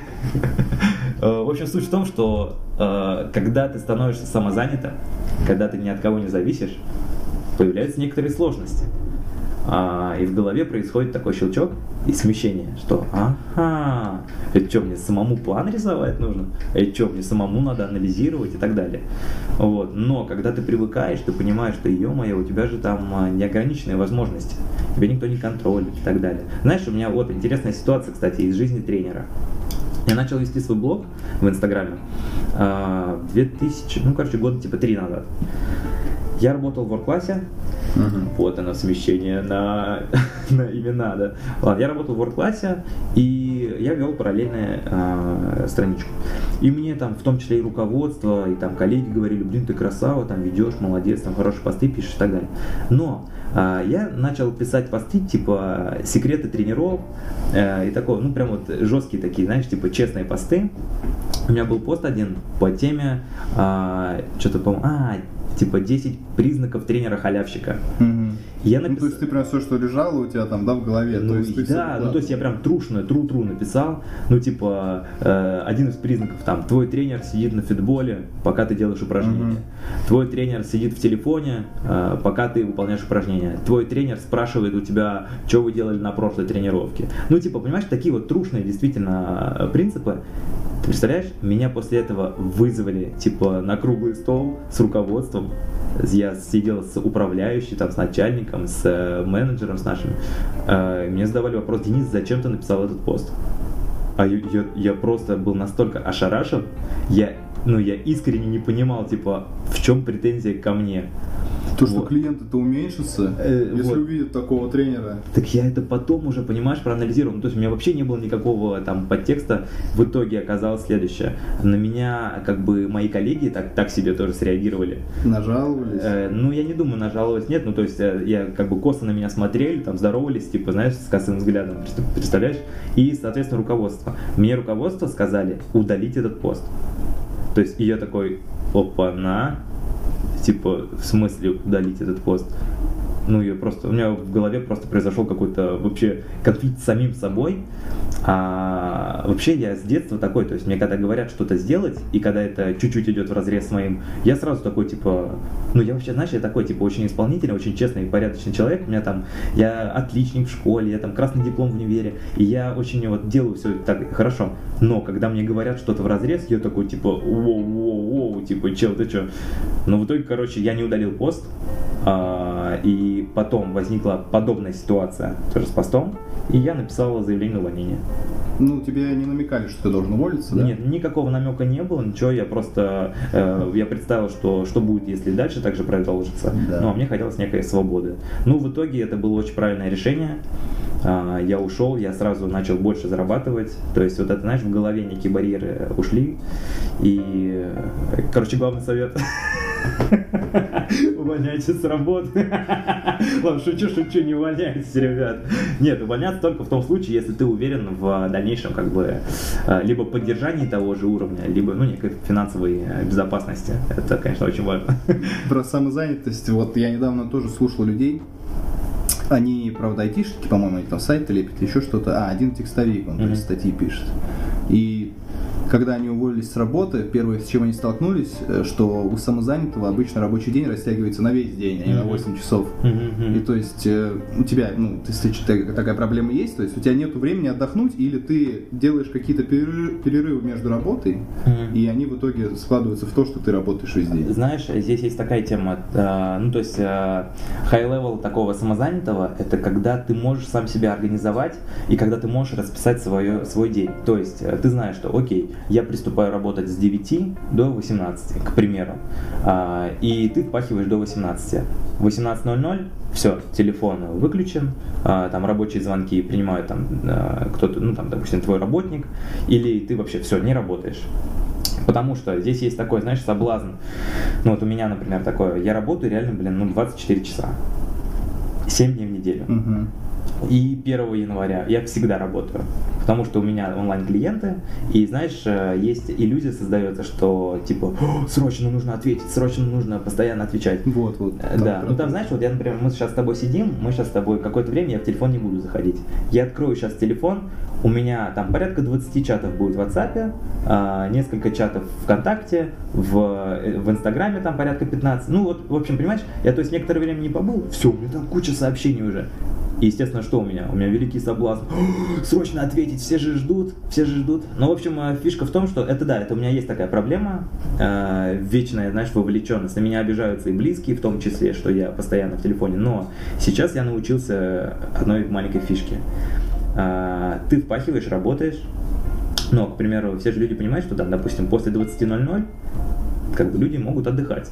в общем, суть в том, что когда ты становишься самозанятым, когда ты ни от кого не зависишь, появляются некоторые сложности. И в голове происходит такой щелчок и смещение, что ага, это что, мне самому план рисовать нужно? Это что, мне самому надо анализировать и так далее. Вот. Но когда ты привыкаешь, ты понимаешь, что, ё-моё, у тебя же там неограниченные возможности, тебя никто не контролирует и так далее. Знаешь, у меня вот интересная ситуация, кстати, из жизни тренера. Я начал вести свой блог в Инстаграме в 2000, года типа 3 назад. Я работал в WordClass, вот оно смещение на имена, да. Ладно, я работал в WordClass, и я вел параллельную страничку. И мне там, в том числе и руководство, и там коллеги говорили, блин, ты красава, там ведешь, молодец, там хорошие посты пишешь и так далее. Но я начал писать посты, типа, секреты тренеров, и такого, ну, прям вот жесткие такие, знаешь, типа, честные посты. У меня был пост один по теме, что-то, по-моему, типа 10 признаков тренера-халявщика. Я написал... Ну, то есть ты прям все, что лежало у тебя там, да, в голове? Ну, то есть я прям тру написал, ну, типа, один из признаков, там, твой тренер сидит на фитболе, пока ты делаешь упражнения. Твой тренер сидит в телефоне, пока ты выполняешь упражнения. Твой тренер спрашивает у тебя, что вы делали на прошлой тренировке. Ну, типа, понимаешь, такие вот трушные действительно принципы. Ты представляешь, меня после этого вызвали, типа, на круглый стол с руководством. Я сидел с управляющим, там, с начальником, с менеджером, с нашим. Мне задавали вопрос: Денис, зачем ты написал этот пост? Я просто был настолько ошарашен, я искренне не понимал, типа, в чем претензия ко мне. То, что клиенты-то уменьшатся, если увидят такого тренера. Так я это потом уже, понимаешь, проанализировал. Ну, то есть у меня вообще не было никакого там подтекста. В итоге оказалось следующее. На меня, как бы, мои коллеги так себе тоже среагировали. Нажаловались? Ну, я не думаю, нажаловались, нет. Ну, то есть я, как бы, косо на меня смотрели, там, здоровались, типа, знаешь, с косым взглядом, представляешь? И, соответственно, руководство. Мне руководство сказали удалить этот пост. То есть, и я такой, опа-на. Типа, в смысле удалить этот пост? Ну, у меня в голове просто произошел какой-то вообще конфликт с самим собой. А вообще я с детства такой, то есть мне когда говорят что-то сделать, и когда это чуть-чуть идет вразрез с моим, я сразу такой, типа, ну я вообще, знаешь, я такой, типа, очень исполнительный, очень честный и порядочный человек. У меня там, я отличник в школе, я там красный диплом в универе, и я очень вот делаю все так хорошо. Но когда мне говорят что-то вразрез, я такой, типа, воу, типа, чел, ты чё? Но в итоге, короче, я не удалил пост, и потом возникла подобная ситуация тоже с постом, и я написал заявление на увольнение. Ну, тебе не намекали, что ты должен уволиться, да? Нет, никакого намека не было, ничего, я просто, я представил, что будет, если дальше так же продолжится. Да. Ну, а мне хотелось некой свободы. Ну, в итоге это было очень правильное решение. Я ушел, я сразу начал больше зарабатывать. То есть, вот это, знаешь, в голове некие барьеры ушли. И, короче, главный совет. Увольняйтесь с работы. Ладно, шучу, не увольняйтесь, ребят. Нет, увольняться только в том случае, если ты уверен в дальнейшем, как бы, либо поддержании того же уровня, либо, ну, некой финансовой безопасности. Это, конечно, очень важно. Про самозанятость, вот я недавно тоже слушал людей. Они, правда, айтишники, по-моему, они там сайты лепят, еще что-то. Один текстовик, он, то есть, статьи пишет. И когда они уволились с работы, первое, с чем они столкнулись, что у самозанятого обычно рабочий день растягивается на весь день, а не на 8 часов. И то есть у тебя, ну, такая проблема есть, то есть у тебя нет времени отдохнуть, или ты делаешь какие-то перерывы между работой, и они в итоге складываются в то, что ты работаешь весь день. Знаешь, здесь есть такая тема, ну, то есть high-level такого самозанятого, это когда ты можешь сам себя организовать, и когда ты можешь расписать свой день. То есть ты знаешь, что, окей, я приступаю работать с 9 до 18, к примеру, и ты впахиваешь до 18. В 18:00 все, телефон выключен, там рабочие звонки принимают там кто-то, ну там, допустим, твой работник, или ты вообще все, не работаешь. Потому что здесь есть такой, знаешь, соблазн. Ну вот у меня, например, такое, я работаю реально, 24 часа. 7 дней в неделю. И 1 января я всегда работаю, потому что у меня онлайн-клиенты, и, знаешь, есть иллюзия создается, что, типа, срочно нужно ответить, срочно нужно постоянно отвечать. Вот. Да, ну там, знаешь, вот я, например, мы сейчас с тобой сидим, мы сейчас с тобой какое-то время, я в телефон не буду заходить. Я открою сейчас телефон, у меня там порядка 20 чатов будет в WhatsApp, несколько чатов ВКонтакте, в Инстаграме там порядка 15. Ну вот, в общем, понимаешь, я, то есть, некоторое время не побыл, все, у меня там куча сообщений уже. И, естественно, что у меня? У меня великий соблазн. Срочно ответить, все же ждут. Ну, в общем, фишка в том, что это у меня есть такая проблема, вечная, знаешь, вовлеченность. На меня обижаются и близкие, в том числе, что я постоянно в телефоне. Но сейчас я научился одной маленькой фишке. Ты впахиваешь, работаешь. Но, к примеру, все же люди понимают, что там, допустим, после 20:00 как бы люди могут отдыхать.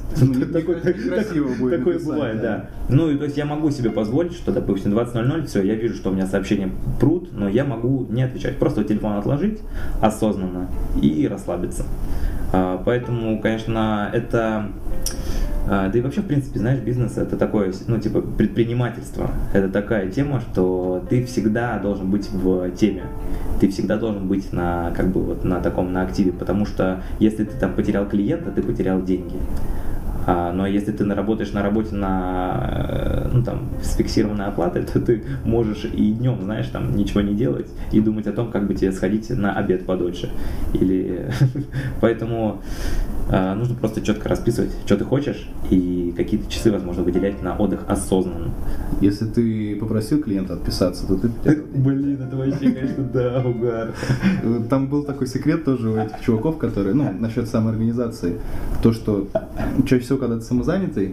Такое бывает, да. Ну, и то есть я могу себе позволить, что, допустим, 20:00, все, я вижу, что у меня сообщения прут, но я могу не отвечать. Просто телефон отложить осознанно и расслабиться. Поэтому, конечно, это... Да и вообще, в принципе, знаешь, бизнес это такое, ну, типа, предпринимательство. Это такая тема, что ты всегда должен быть в теме. Ты всегда должен быть на, как бы, вот на таком, на активе, потому что если ты там потерял клиента, ты потерял деньги. Но если ты работаешь на работе ну, там, с фиксированной оплатой, то ты можешь и днем, знаешь, там ничего не делать и думать о том, как бы тебе сходить на обед подольше. Или поэтому нужно просто четко расписывать, что ты хочешь, и какие-то часы, возможно, выделять на отдых осознанно. Если ты попросил клиента отписаться, то ты... Блин, это вообще, конечно, да, угар. Там был такой секрет тоже у этих чуваков, которые, ну, насчет самоорганизации, то, что чаще всего, когда ты самозанятый,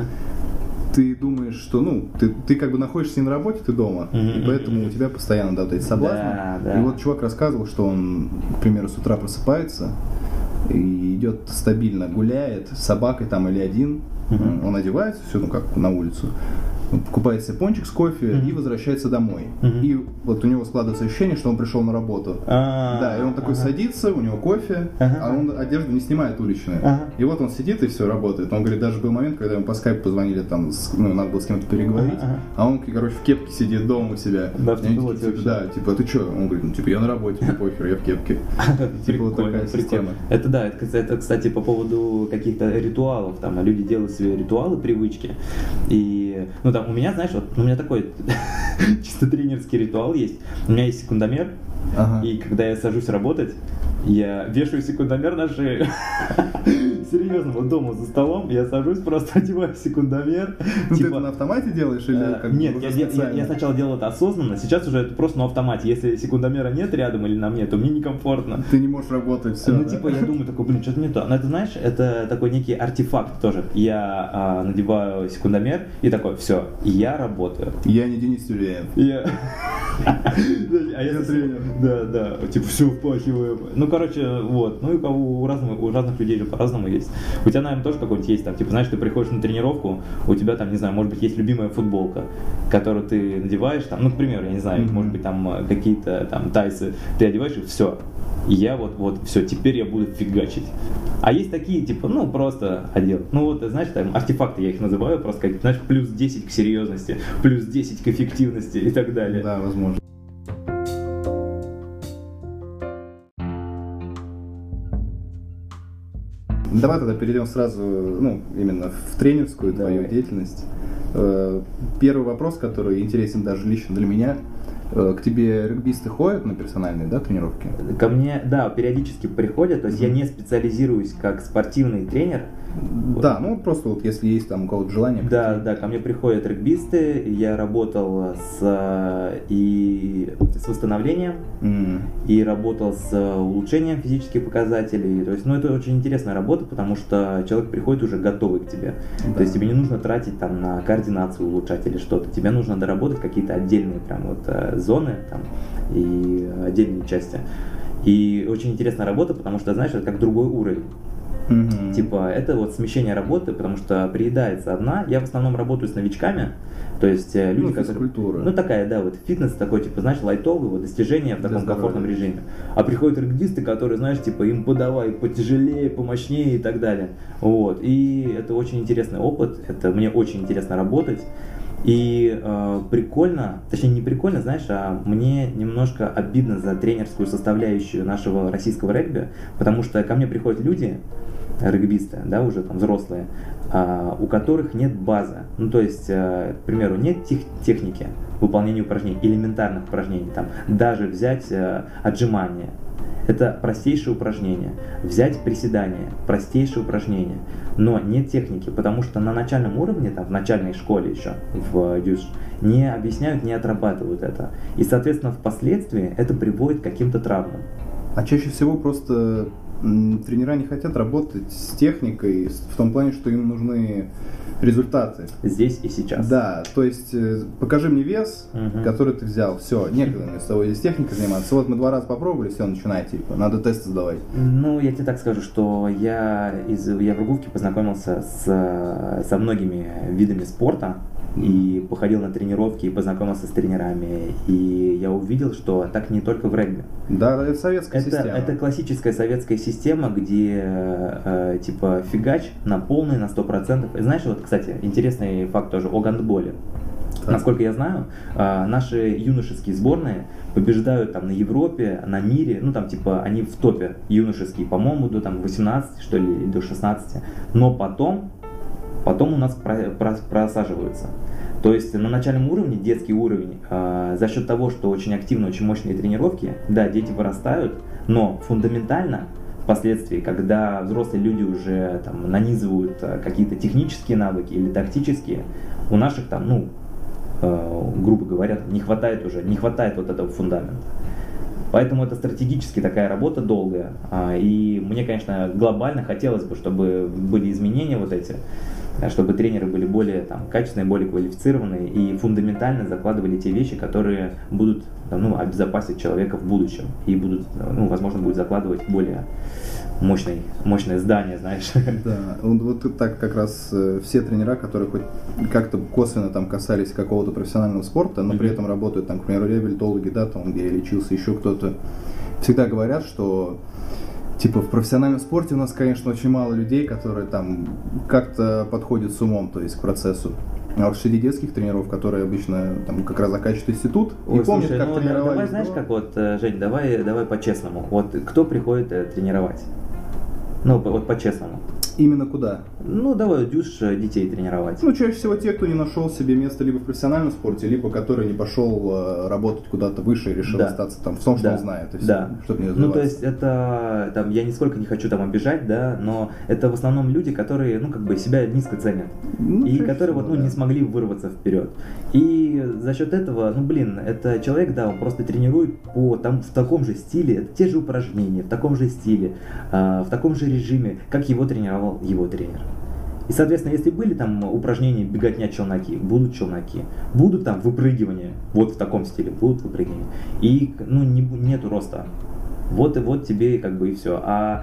ты думаешь, что, ну, ты как бы находишься не на работе, ты дома, и поэтому у тебя постоянно, да, вот эти соблазны. И вот чувак рассказывал, что он, к примеру, с утра просыпается и идет стабильно, гуляет с собакой там или один, он одевается, все, ну, как на улицу, покупает себе пончик с кофе и возвращается домой. И вот у него складывается ощущение, что он пришел на работу. Да, и он такой садится, у него кофе, а он одежду не снимает уличную. И вот он сидит и все работает. Он говорит, даже был момент, когда ему по скайпу позвонили, там, ну, надо было с кем-то переговорить, а он, короче, в кепке сидит дома у себя. Да, типа, ты что? Он говорит, ну, типа, я на работе, мне похер, я в кепке. Типа, вот такая система. Это да, это, кстати, по поводу каких-то ритуалов, там, люди делают себе ритуалы, привычки, и, ну, там, у меня, знаешь, вот у меня такой чисто тренерский ритуал есть. У меня есть секундомер, и когда я сажусь работать, я вешаю секундомер на шею. Серьезно, вот дома за столом я сажусь, просто одеваю секундомер. Ну, типа, ты это на автомате делаешь или как? Нет, я сначала делал это осознанно, сейчас уже это просто на автомате. Если секундомера нет рядом или на мне, то мне некомфортно. Ты не можешь работать, все. Ну, типа, я думаю, такой, блин, что-то не то. Но это, знаешь, это такой некий артефакт тоже. Я надеваю секундомер и такой, все, я работаю. Я не Денис Тюлеев. А я тренер. Да, типа, все впахиваем. Ну, короче, вот. Ну, и у разных людей же по-разному есть. У тебя, наверное, тоже какой-нибудь есть, там, типа, знаешь, ты приходишь на тренировку, у тебя там, не знаю, может быть, есть любимая футболка, которую ты надеваешь, там, ну, к примеру, я не знаю, может быть, там какие-то там тайсы, ты одеваешь, и все. И я вот, все, теперь я буду фигачить. А есть такие, типа, ну, просто одел. Ну, вот, знаешь, там, артефакты я их называю, просто, как, знаешь, плюс 10 к серьезности, плюс 10 к эффективности и так далее. Да, возможно. Давай тогда перейдем сразу, ну, именно в тренерскую твою деятельность. Первый вопрос, который интересен даже лично для меня. К тебе регбисты ходят на персональные, да, тренировки? Ко мне, да, периодически приходят, то есть я не специализируюсь как спортивный тренер. Да, ну просто вот если есть там у кого-то желание. Да, ко мне приходят регбисты, я работал с восстановлением и работал с улучшением физических показателей. То есть, ну, это очень интересная работа, потому что человек приходит уже готовый к тебе. Да. То есть тебе не нужно тратить там на координацию улучшать или что-то. Тебе нужно доработать какие-то отдельные прям вот зоны там и отдельные части. И очень интересная работа, потому что, знаешь, это как другой уровень. Типа, это вот смещение работы, потому что приедается одна. Я в основном работаю с новичками, то есть люди, физкультура. Ну, такая, да, вот фитнес такой, типа, знаешь, лайтовый, вот достижения в таком комфортном режиме. А приходят регбисты, которые, знаешь, типа, им подавай потяжелее, помощнее и так далее. Вот, и это очень интересный опыт, это мне очень интересно работать. И прикольно, точнее не прикольно, знаешь, а мне немножко обидно за тренерскую составляющую нашего российского регби, потому что ко мне приходят люди, регбисты, да, уже там взрослые, у которых нет базы. Ну, то есть, к примеру, нет техники выполнения упражнений, элементарных упражнений, там, даже взять отжимания. Это простейшее упражнение. Взять приседание, простейшее упражнение. Но нет техники, потому что на начальном уровне, там, в начальной школе еще, в ДЮСШ, не объясняют, не отрабатывают это. И, соответственно, впоследствии это приводит к каким-то травмам. А чаще всего просто тренера не хотят работать с техникой, в том плане, что им нужны результаты. Здесь и сейчас. Да, то есть покажи мне вес, который ты взял, все, некогда мне с тобой здесь техникой заниматься. Вот мы 2 раза попробовали, все, начинай, типа, надо тесты сдавать. Ну, я тебе так скажу, что я в Ргувке познакомился со многими видами спорта, и походил на тренировки, и познакомился с тренерами, и я увидел, что так не только в регби. Да, это советская система. Это классическая советская система, где типа фигач на полный, на 100%. Знаешь, вот, кстати, интересный факт тоже о гандболе. Насколько я знаю, наши юношеские сборные побеждают там на Европе, на мире, ну там типа они в топе юношеские, по-моему, до там 18, что ли, до 16, но потом у нас просаживаются. То есть на начальном уровне, детский уровень, за счет того, что очень активно, очень мощные тренировки, да, дети вырастают, но фундаментально впоследствии, когда взрослые люди уже там нанизывают какие-то технические навыки или тактические, у наших там, ну, грубо говоря, не хватает вот этого фундамента. Поэтому это стратегически такая работа долгая. И мне, конечно, глобально хотелось бы, чтобы были изменения вот эти, чтобы тренеры были более там, качественные, более квалифицированные и фундаментально закладывали те вещи, которые будут обезопасить человека в будущем и будут, возможно, будет закладывать более мощное здание, знаешь. Да, вот так как раз все тренера, которые хоть как-то косвенно там касались какого-то профессионального спорта, но при этом работают там, к примеру, реабилитологи, да, там, где я лечился, еще кто-то, всегда говорят, что типа в профессиональном спорте у нас, конечно, очень мало людей, которые там как-то подходят с умом, то есть к процессу. А вот среди детских тренеров, которые обычно там как раз заканчивают институт, и помнят, слушай, как тренировать. Давай, знаешь, как вот, Жень, давай по-честному. Вот кто приходит тренировать? Ну, вот по-честному. Именно куда? Ну, давай ДЮСШ детей тренировать. Ну, чаще всего те, кто не нашел себе место либо в профессиональном спорте, либо который не пошел работать куда-то выше и решил остаться там в том, что он знает. И все, чтобы не развиваться. Ну, то есть это, там, я нисколько не хочу там обижать, да, но это в основном люди, которые, себя низко ценят. И которые не смогли вырваться вперед. И за счет этого, это человек, да, он просто тренирует в таком же стиле, это те же упражнения, в таком же стиле, в таком же режиме, как его тренировал его тренер. И, соответственно, если были там упражнения беготня, челноки, будут челноки, будут там выпрыгивания, вот в таком стиле будут выпрыгивания, и нету роста. Вот тебе как бы и все.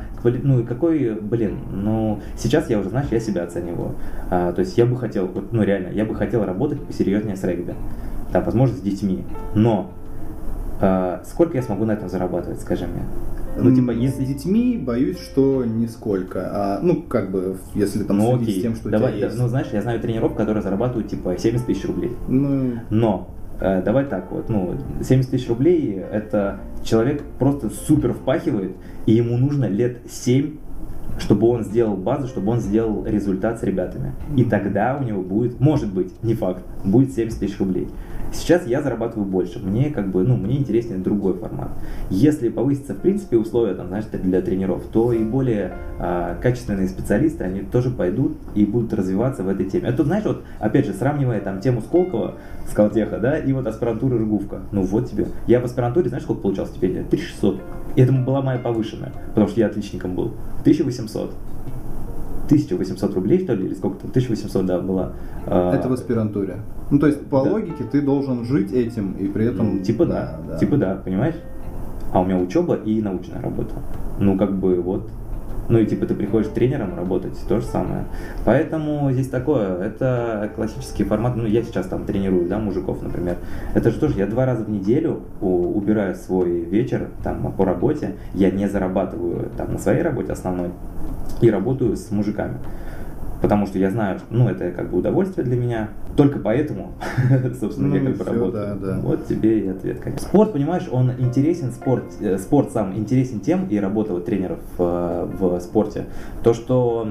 Сейчас я уже, знаешь, я себя оцениваю. То есть я бы хотел, реально, я бы хотел работать посерьезнее с регби. Да, возможно, с детьми. Но сколько я смогу на этом зарабатывать, скажи мне? Если с детьми, боюсь, что нисколько. Если там следить с тем, что у тебя есть. Знаешь, я знаю тренеров, которые зарабатывают 70 тысяч рублей. Но давай так 70 тысяч рублей это человек просто супер впахивает, и ему нужно лет 7, чтобы он сделал базу, чтобы он сделал результат с ребятами. И тогда у него будет, может быть, не факт, будет 70 тысяч рублей. Сейчас я зарабатываю больше, мне мне интереснее другой формат. Если повысятся, в принципе, условия для тренеров, то и более качественные специалисты, они тоже пойдут и будут развиваться в этой теме. Это, знаешь, опять же, сравнивая тему Сколково, Скалтеха, да, и аспирантура Ргувка. Вот тебе. Я в аспирантуре, знаешь, сколько получал стипендия? 3600. И это была моя повышенная, потому что я отличником был. 1800 рублей, что ли, или сколько-то? 1800, да, была. Это в аспирантуре. То есть, по логике, ты должен жить этим, и при этом... Типа да, понимаешь? а у меня учеба и научная работа. Ну, как бы вот. Ну и типа ты приходишь тренером работать, то же самое. Поэтому здесь такое, это классический формат. Ну я сейчас там тренирую, да, мужиков, например. Это же тоже, я 2 раза в неделю убираю свой вечер там по работе. Я не зарабатываю там на своей работе основной и работаю с мужиками. Потому что я знаю, ну, это как бы удовольствие для меня. Только поэтому, собственно, я как бы работаю. Вот тебе и ответ, конечно. Спорт, понимаешь, он интересен, спорт сам интересен тем, и работа вот тренеров в спорте, то, что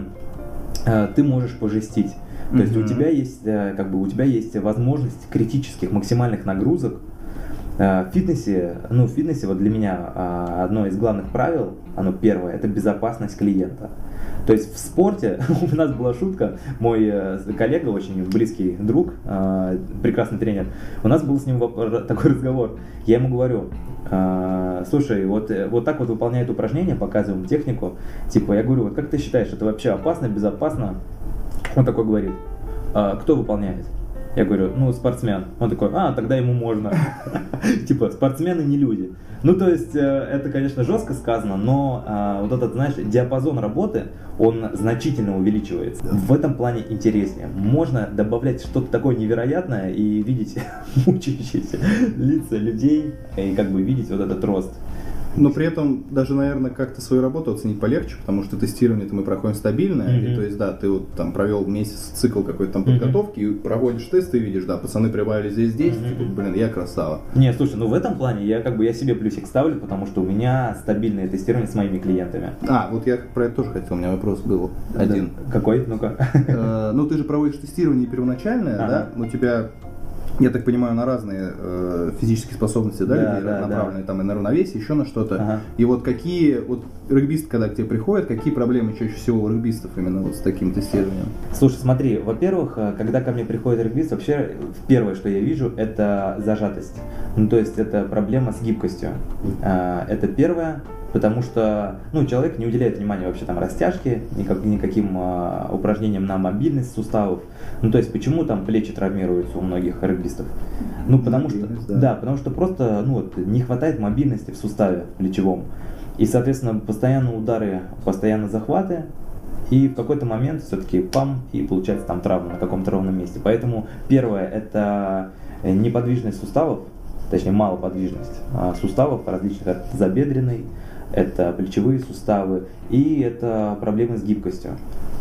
ты можешь пожестить. То есть у тебя есть, как бы, у тебя есть возможность критических, максимальных нагрузок. В фитнесе вот для меня одно из главных правил, оно первое, это безопасность клиента. То есть в спорте у нас была шутка, мой коллега, очень близкий друг, прекрасный тренер, у нас был с ним такой разговор. Я ему говорю, слушай, вот так вот выполняет упражнение, показываем технику, типа, я говорю, вот как ты считаешь, это вообще опасно, безопасно? Он такой говорит, кто выполняет? Я говорю, ну, спортсмен. Он такой, тогда ему можно. Типа, спортсмены не люди. Ну, то есть, это, конечно, жестко сказано, но вот этот, знаешь, диапазон работы, он значительно увеличивается. В этом плане интереснее. Можно добавлять что-то такое невероятное и видеть мучающиеся лица людей, и как бы видеть вот этот рост. Но при этом даже, наверное, как-то свою работу оценить полегче, потому что тестирование-то мы проходим стабильное, и то есть, да, ты вот там провел месяц цикл какой-то там подготовки, и проводишь тесты и видишь, да, пацаны прибавили здесь, типа, блин, я красава. Не, слушай, ну в этом плане я себе плюсик ставлю, потому что у меня стабильное тестирование с моими клиентами. Вот я про это тоже хотел, у меня вопрос был один. Да. Какой? Ну-ка. Ну ты же проводишь тестирование первоначальное, да, у тебя... Я так понимаю, на разные физические способности, да, людей, направленные там и на равновесие, еще на что-то. И вот какие, вот регбист, когда к тебе приходит, какие проблемы чаще всего у регбистов именно вот с таким тестированием? Слушай, смотри, во-первых, когда ко мне приходит регбист, вообще первое, что я вижу, это зажатость. Ну, то есть это проблема с гибкостью. Это первое. Потому что человек не уделяет внимания вообще там растяжке, никаким упражнениям на мобильность суставов. Ну, то есть, почему там плечи травмируются у многих регбистов? Ну, потому что просто не хватает мобильности в суставе плечевом. И, соответственно, постоянно удары, постоянно захваты, и в какой-то момент все-таки и получается там травма на каком-то ровном месте. Поэтому первое – это неподвижность суставов, точнее малоподвижность суставов различных, это тазобедренный, это плечевые суставы и это проблемы с гибкостью.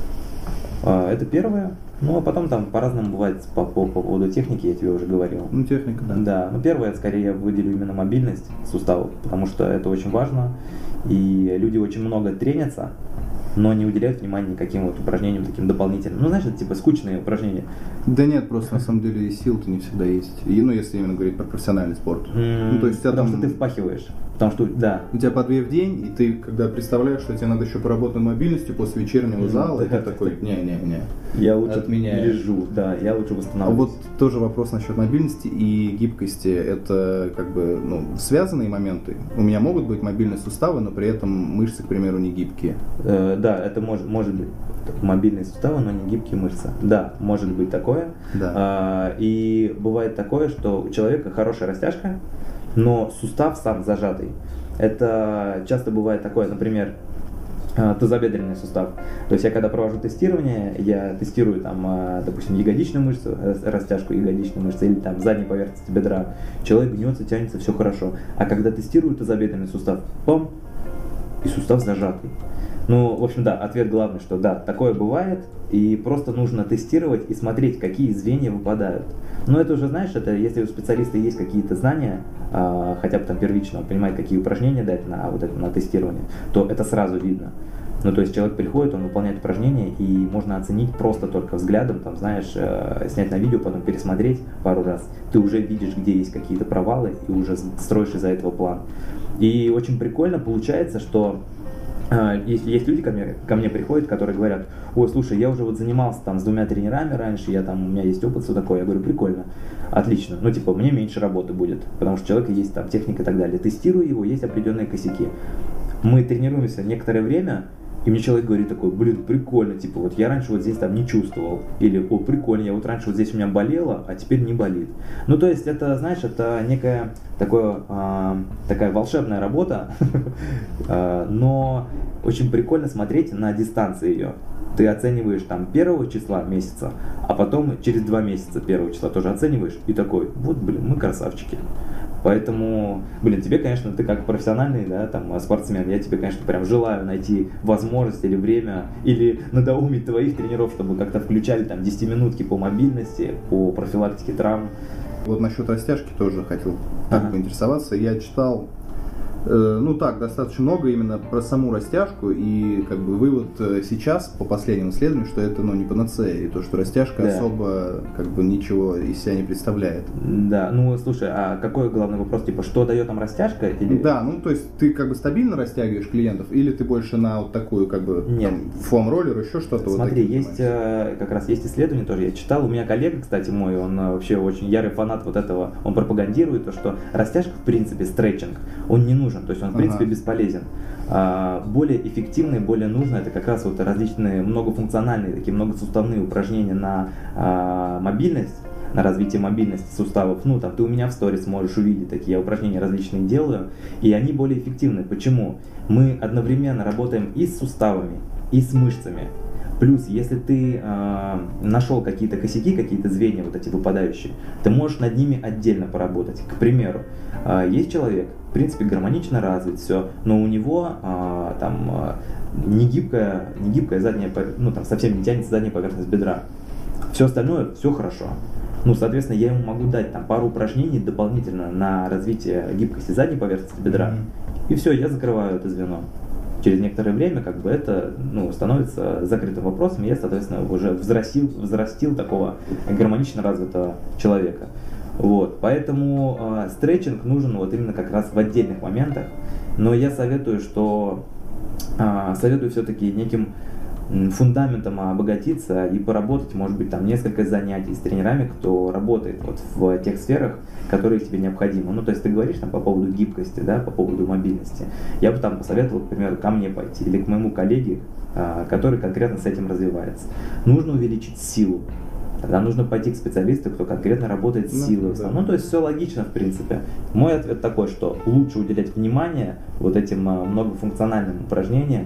Это первое. Ну, а потом там по-разному бывает по поводу техники, я тебе уже говорил. Ну, техника, да. Да, но первое, скорее, я выделю именно мобильность суставов, потому что это очень важно, и люди очень много тренятся, но не уделяют внимания никаким вот упражнениям таким дополнительным. Ну, знаешь, это типа скучные упражнения. Да нет, просто на самом деле сил-то не всегда есть. Если именно говорить про профессиональный спорт. Ну, то есть потому что ты впахиваешь. Потому что, да. У тебя по 2 в день, и ты, когда представляешь, что тебе надо еще поработать над мобильностью после вечернего зала, ты такой, не-не-не. Я лучше лежу, да, я лучше восстанавливаюсь. Вот тоже вопрос насчет мобильности и гибкости. Это как бы связанные моменты. У меня могут быть мобильные суставы, но при этом мышцы, к примеру, не гибкие. Да, это может быть мобильные суставы, но не гибкие мышцы. Да, может быть такое. Да. И бывает такое, что у человека хорошая растяжка, но сустав сам зажатый. Это часто бывает такое, например, тазобедренный сустав. То есть я когда провожу тестирование, я тестирую там, допустим, ягодичную мышцу, растяжку ягодичной мышцы или там задней поверхности бедра. Человек гнется, тянется, все хорошо. А когда тестирую тазобедренный сустав, и сустав зажатый. Ну, в общем, да, ответ главный, что да, такое бывает, и просто нужно тестировать и смотреть, какие звенья выпадают. Но это уже, знаешь, это если у специалиста есть какие-то знания, хотя бы там первично, он понимает, какие упражнения дать на тестирование, то это сразу видно. Ну, то есть человек приходит, он выполняет упражнения, и можно оценить просто только взглядом, там, знаешь, снять на видео, потом пересмотреть пару раз. Ты уже видишь, где есть какие-то провалы, и уже строишь из-за этого план. И очень прикольно получается, что есть люди ко мне приходят, которые говорят: ой, слушай, я уже вот занимался там с 2 тренерами раньше, у меня есть опыт, все такое. Я говорю: прикольно, отлично, мне меньше работы будет, потому что у человека есть там техника и так далее. Тестирую его, есть определенные косяки. Мы тренируемся некоторое время, И мне человек говорит такой, блин, прикольно, типа, вот я раньше вот здесь там не чувствовал. Или, о, прикольно, я вот раньше вот здесь у меня болело, а теперь не болит. Ну, то есть, это, знаешь, это некая такая волшебная работа, но очень прикольно смотреть на дистанции ее. Ты оцениваешь там 1 числа месяца, а потом через 2 месяца 1 числа тоже оцениваешь и такой, вот, блин, мы красавчики. Поэтому, блин, тебе, конечно, ты как профессиональный, да, там, спортсмен, я тебе, конечно, прям желаю найти возможность или время, или надоумить твоих тренеров, чтобы как-то включали там 10-минутки по мобильности, по профилактике травм. Вот насчет растяжки тоже хотел поинтересоваться. Я читал, ну так, достаточно много именно про саму растяжку, и как бы вывод сейчас, по последним исследованиям, что это, ну, не панацея, и то, что растяжка особо как бы ничего из себя не представляет. Да, ну слушай, а какой главный вопрос, типа, что дает там растяжка? Или... Да, ну то есть ты как бы стабильно растягиваешь клиентов, или ты больше на вот такую как бы фоам-роллер, еще что-то? Смотри, вот есть как раз есть исследование тоже, я читал, у меня коллега, кстати, мой, он вообще очень ярый фанат вот этого, он пропагандирует то, что растяжка, в принципе, стретчинг, он не нужен, то есть он, в принципе, бесполезен. Более эффективные, более нужные, это как раз вот различные многофункциональные, такие многосуставные упражнения на мобильность, на развитие мобильности суставов. Ну, там, ты у меня в сторис можешь увидеть, такие я упражнения различные делаю, и они более эффективны. Почему? Мы одновременно работаем и с суставами, и с мышцами. Плюс, если ты нашел какие-то косяки, какие-то звенья вот эти выпадающие, ты можешь над ними отдельно поработать. К примеру, есть человек, в принципе, гармонично развит, все, но у него не гибкая задняя, ну там совсем не тянется задняя поверхность бедра. Все остальное, все хорошо. Ну, соответственно, я ему могу дать там пару упражнений дополнительно на развитие гибкости задней поверхности бедра, и все, я закрываю это звено. Через некоторое время как бы это, ну, становится закрытым вопросом, и я, соответственно, уже взрастил такого гармонично развитого человека. Вот, поэтому стретчинг нужен вот именно как раз в отдельных моментах, но я советую все-таки неким фундаментом обогатиться и поработать, может быть, там несколько занятий с тренерами, кто работает вот в тех сферах, которые тебе необходимы. Ну, то есть ты говоришь там по поводу гибкости, да, по поводу мобильности. Я бы там посоветовал, к примеру, ко мне пойти или к моему коллеге, который конкретно с этим развивается. Нужно увеличить силу. Тогда нужно пойти к специалисту, кто конкретно работает с силой. Да. Ну, то есть все логично, в принципе. Мой ответ такой, что лучше уделять внимание вот этим многофункциональным упражнениям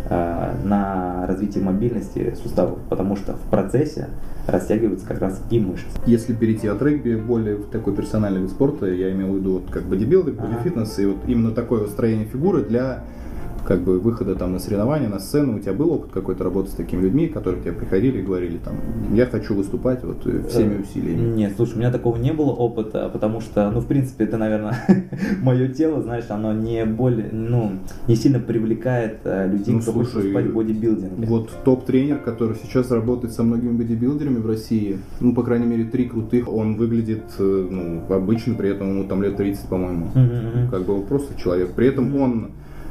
на развитие мобильности суставов, потому что в процессе растягиваются как раз и мышцы. Если перейти от регби более в такой персональный вид спорта, я имел в виду вот как бодибилдинг, бодифитнес, и вот именно такое строение фигуры для как бы выхода там на соревнования, на сцену. У тебя был опыт какой-то работы с такими людьми, которые к тебе приходили и говорили там, я хочу выступать вот всеми усилиями? Нет, слушай, у меня такого не было опыта, потому что, ну, в принципе, это, наверное, мое тело, знаешь, оно не сильно привлекает людей, кто хочет выступать в бодибилдинге. Вот топ-тренер, который сейчас работает со многими бодибилдерами в России, ну, по крайней мере, 3 крутых, он выглядит, ну, обычно, при этом ему там лет 30, по-моему. Как бы просто человек. При этом он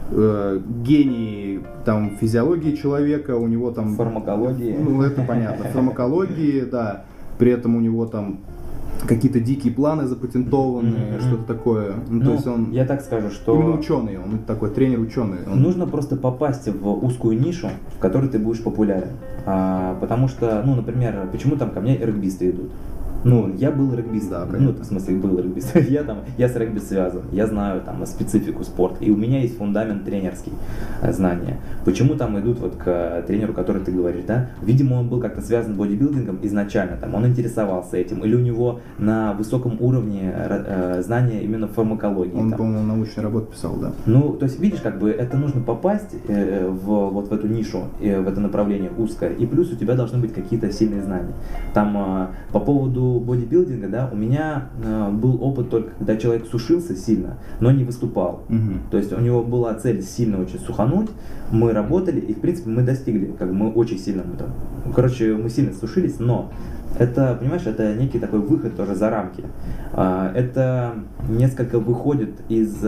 гений там физиологии человека, у него там фармакологии. Ну, это понятно. Фармакологии, да. При этом у него там какие-то дикие планы запатентованные, что-то такое. Ну, то есть он, я так скажу, что именно ученый, он такой тренер-ученый. Нужно просто попасть в узкую нишу, в которой ты будешь популярен. Потому что, ну, например, почему там ко мне регбисты идут? Ну, я был регбистом, да, ну, в смысле, был регбистом, я с регби связан, я знаю там специфику спорта, и у меня есть фундамент тренерский, знания. Почему там идут вот к тренеру, который ты говоришь, да? Видимо, он был как-то связан с бодибилдингом изначально, там, он интересовался этим, или у него на высоком уровне знания именно фармакологии. Он, там. по-моему, научную работу писал, да. Ну, то есть, видишь, как бы это нужно попасть вот в эту нишу, в это направление узкое, и плюс у тебя должны быть какие-то сильные знания. Там по поводу бодибилдинга, да, у меня был опыт только, когда человек сушился сильно, но не выступал. То есть у него была цель сильно очень сухануть, мы работали, и в принципе мы достигли, как бы мы очень сильно, мы сильно сушились, но это, понимаешь, это некий такой выход тоже за рамки. Это несколько выходит из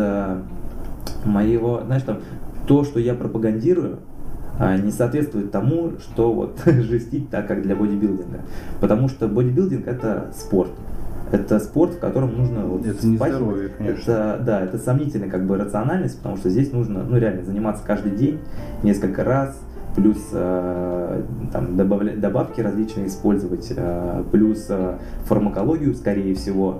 моего, знаешь, там, то, что я пропагандирую, не соответствует тому, что вот жестить так, как для бодибилдинга. Потому что бодибилдинг — это спорт. Это спорт, в котором нужно вот это не здоровье, конечно. Это сомнительная как бы рациональность, потому что здесь нужно, ну, реально заниматься каждый день, несколько раз, плюс там, добавки различные использовать, плюс фармакологию, скорее всего.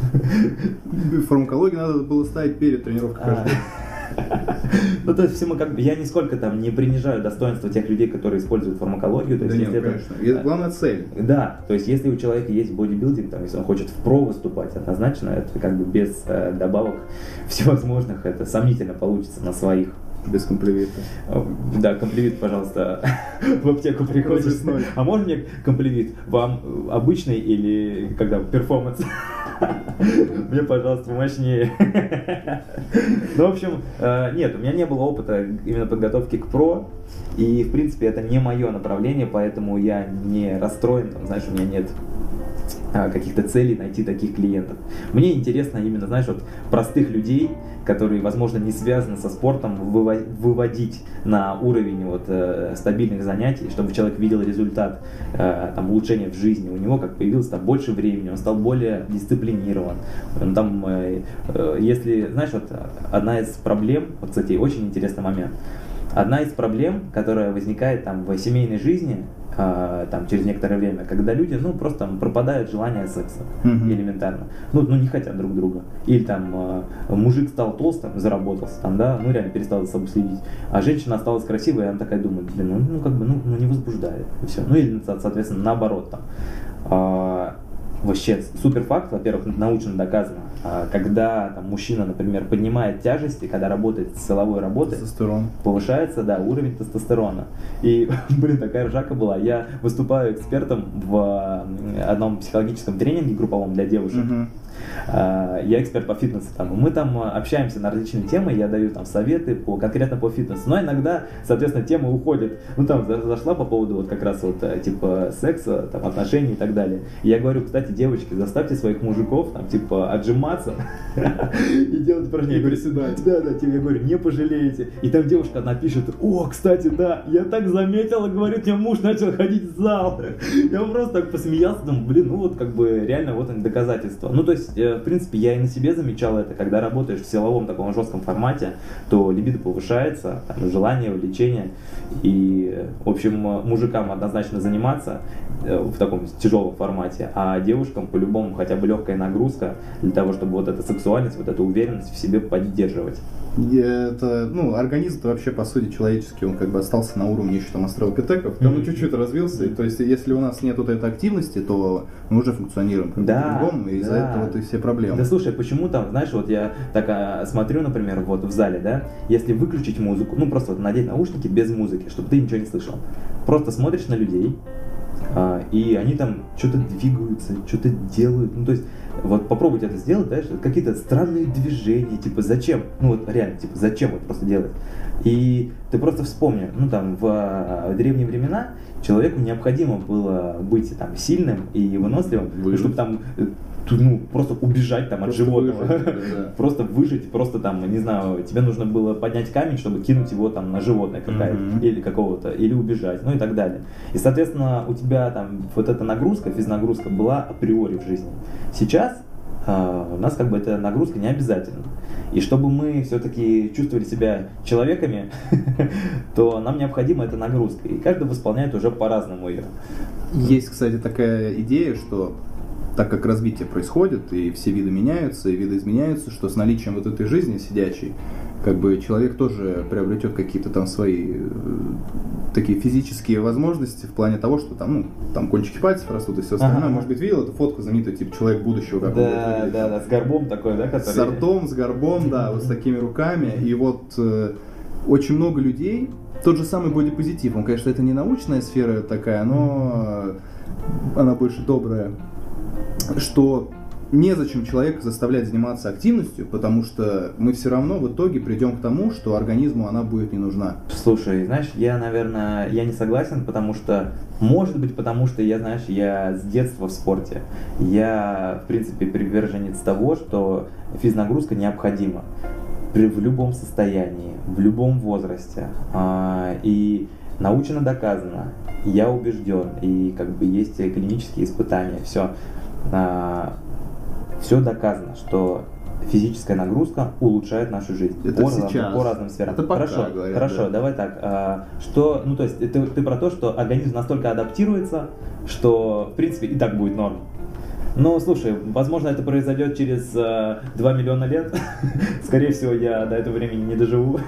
Фармакологию надо было ставить перед тренировкой каждый день. Ну, то есть, все мы как бы, я нисколько там не принижаю достоинства тех людей, которые используют фармакологию. То есть, нет, конечно. Это главная цель. Да, то есть, если у человека есть бодибилдинг, там, если он хочет в про выступать, однозначно, это как бы без добавок всевозможных, это сомнительно получится на своих. Без комплевита. Да, комплевит, пожалуйста, в аптеку приходишь. А можно мне комплевит? Вам обычный или когда перформанс? Мне, пожалуйста, мощнее. Ну, в общем, нет, у меня не было опыта именно подготовки к про. И, в принципе, это не мое направление, поэтому я не расстроен. Там, знаешь, у меня нет каких-то целей найти таких клиентов. Мне интересно именно, знаешь, вот простых людей, которые, возможно, не связаны со спортом, выводить на уровень вот, стабильных занятий, чтобы человек видел результат, там, улучшения в жизни, у него как появилось там больше времени, он стал более дисциплинирован. Он, там, если, знаешь, вот одна из проблем, вот, кстати, очень интересный момент, одна из проблем, которая возникает там в семейной жизни, там, через некоторое время, когда люди, ну, просто там, пропадает желание секса, элементарно, ну, не хотят друг друга, или там мужик стал толстым, заработался, там, да, ну, реально перестал за собой следить, а женщина осталась красивой, и она такая думает, блин, ну, как бы, ну, не возбуждает, и все, ну, или, соответственно, наоборот, там, вообще супер факт, во-первых, научно доказано, когда там, мужчина, например, поднимает тяжести, когда работает с силовой работой, повышается, да, уровень тестостерона. И, блин, такая ржака была. Я выступаю экспертом в одном психологическом тренинге групповом для девушек. Я эксперт по фитнесу, там, мы там общаемся на различные темы, я даю там советы конкретно по фитнесу, но иногда, соответственно, тема уходит, ну там зашла по поводу вот как раз вот типа секса, там отношений и так далее. И я говорю, кстати, девочки, заставьте своих мужиков там типа отжиматься и делать упражнения. Приседать. Да, типа, я говорю, не пожалеете. И там девушка одна пишет, о, кстати, да, я так заметила, говорит, мне муж начал ходить в зал. Я просто так посмеялся, думаю, блин, ну вот как бы реально вот они доказательства. Ну то есть в принципе, я и на себе замечал это, когда работаешь в силовом таком жестком формате, то либидо повышается, там, желание, влечение, и, в общем, мужикам однозначно заниматься в таком тяжелом формате, а девушкам по-любому хотя бы легкая нагрузка для того, чтобы вот эта сексуальность, вот эту уверенность в себе поддерживать. Это, ну, организм-то вообще, по сути, человеческий, он как бы остался на уровне еще там астралопитеков, там чуть-чуть развился, и, то есть, если у нас нет вот этой активности, то мы уже функционируем по-другому, и из-за этого вот и все проблемы. Да слушай, почему там, знаешь, вот я так смотрю, например, вот в зале, да, если выключить музыку, ну, просто вот надеть наушники без музыки, чтобы ты ничего не слышал, просто смотришь на людей, и они там что-то двигаются, что-то делают, ну, то есть, вот попробуйте это сделать, да, какие-то странные движения, типа, зачем, ну, вот реально, типа, зачем вот просто делать, и ты просто вспомни, ну, там, в древние времена человеку необходимо было быть, там, сильным и выносливым, чтобы там, ну, просто убежать там просто от животного, просто выжить, просто там, не знаю, тебе нужно было поднять камень, чтобы кинуть его там на животное какое-то, или какого-то, или убежать, ну и так далее. И, соответственно, у тебя там вот эта нагрузка, физнагрузка была априори в жизни. Сейчас у нас как бы эта нагрузка не обязательна. И чтобы мы все-таки чувствовали себя человеками, то нам необходима эта нагрузка. И каждый восполняет уже по-разному ее. Есть, кстати, такая идея, что так как развитие происходит, и все виды меняются, и виды изменяются, что с наличием вот этой жизни сидячей, как бы человек тоже приобретет какие-то там свои такие физические возможности в плане того, что там, ну, там кончики пальцев растут и все остальное. Может быть, видел эту фотку знаменитую, типа человек будущего, как да, с горбом такой, да, который... С ртом, с горбом, да, вот с такими руками. И вот очень много людей, тот же самый бодипозитив, он, конечно, это не научная сфера такая, но она больше добрая, что незачем человека заставлять заниматься активностью, потому что мы все равно в итоге придем к тому, что организму она будет не нужна. Слушай, знаешь, наверное, я не согласен, потому что, может быть, потому что я с детства в спорте. Я, в принципе, приверженец того, что физнагрузка необходима в любом состоянии, в любом возрасте. И научно доказано, я убежден, и как бы есть клинические испытания, все. все доказано, что физическая нагрузка улучшает нашу жизнь Это сейчас. по разным сферам. Это пока, говорят, хорошо, да. давай так. Что, ну то есть ты про то, что организм настолько адаптируется, что в принципе и так будет норм. Ну, слушай, возможно, это произойдет через 2 миллиона лет. Скорее всего, я до этого времени не доживу.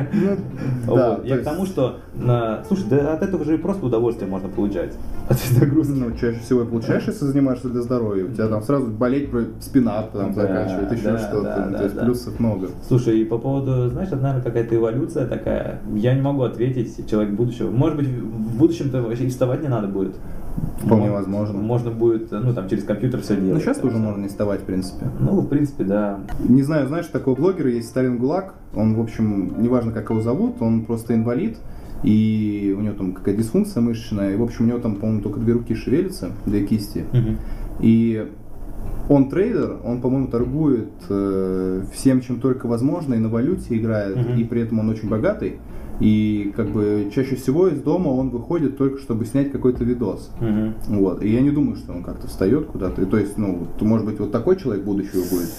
Да, Я к тому, что, слушай, да от этого же и просто удовольствие можно получать. От нагрузки. Ну, чаще всего получаешь, если занимаешься для здоровья. У тебя там сразу болеть спина, потом заканчивает, еще что-то. То есть плюсов много. Слушай, и по поводу, знаешь, это, наверное, какая-то эволюция такая. Я не могу ответить, человек будущего. Может быть, в будущем-то вообще и вставать не надо будет. Вполне возможно. Можно будет, ну, там, через компьютер все делать. Ну, сейчас тоже можно не вставать, в принципе. Ну, в принципе, да. Не знаю, знаешь, такого блогера есть Сталин Гулаг. Он, в общем, неважно, как его зовут, он просто инвалид. И у него там какая-то дисфункция мышечная. И, в общем, у него там, по-моему, только 2 руки шевелятся, 2 кисти. И он трейдер, он, по-моему, торгует всем, чем только возможно, и на валюте играет, и при этом он очень богатый. И как бы чаще всего из дома он выходит только чтобы снять какой-то видос. Вот. И я не думаю, что он как-то встает куда-то. То есть, ну, может быть, вот такой человек будущего будет.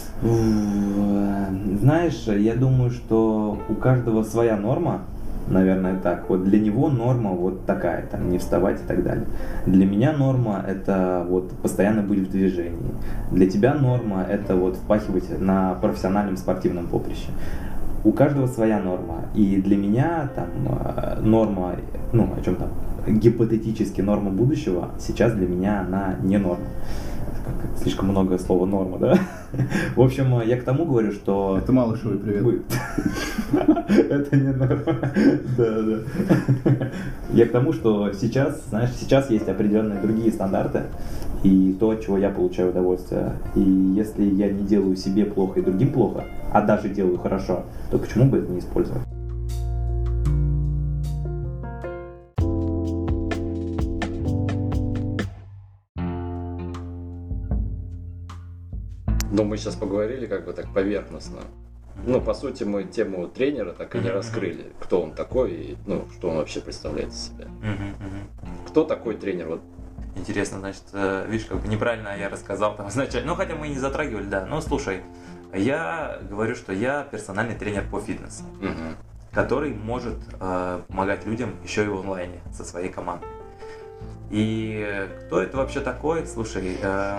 Знаешь, я думаю, что у каждого своя норма. Наверное, так. Вот для него норма вот такая, там, не вставать и так далее. Для меня норма это вот постоянно быть в движении. Для тебя норма это вот впахивать на профессиональном спортивном поприще. У каждого своя норма. И для меня там норма, ну, о чем там, гипотетически норма будущего, сейчас для меня она не норма. Слишком много слова норма, да? В общем, я к тому говорю, что... Это Малышевый привет. Это не норма. Да. Я к тому, что сейчас, знаешь, сейчас есть определенные другие стандарты и то, от чего я получаю удовольствие. И если я не делаю себе плохо и другим плохо, а даже делаю хорошо, то почему бы это не использовать? Ну, мы сейчас поговорили как бы так поверхностно. Ну, по сути, мы тему тренера так и не раскрыли. Кто он такой и, ну, что он вообще представляет из себя. Кто такой тренер? Вот. Интересно, значит, видишь, как бы неправильно я рассказал там изначально. Ну, хотя мы и не затрагивали, да. Ну, слушай, я говорю, что я персональный тренер по фитнесу, который может помогать людям еще и в онлайне со своей командой. И кто это вообще такой? Слушай,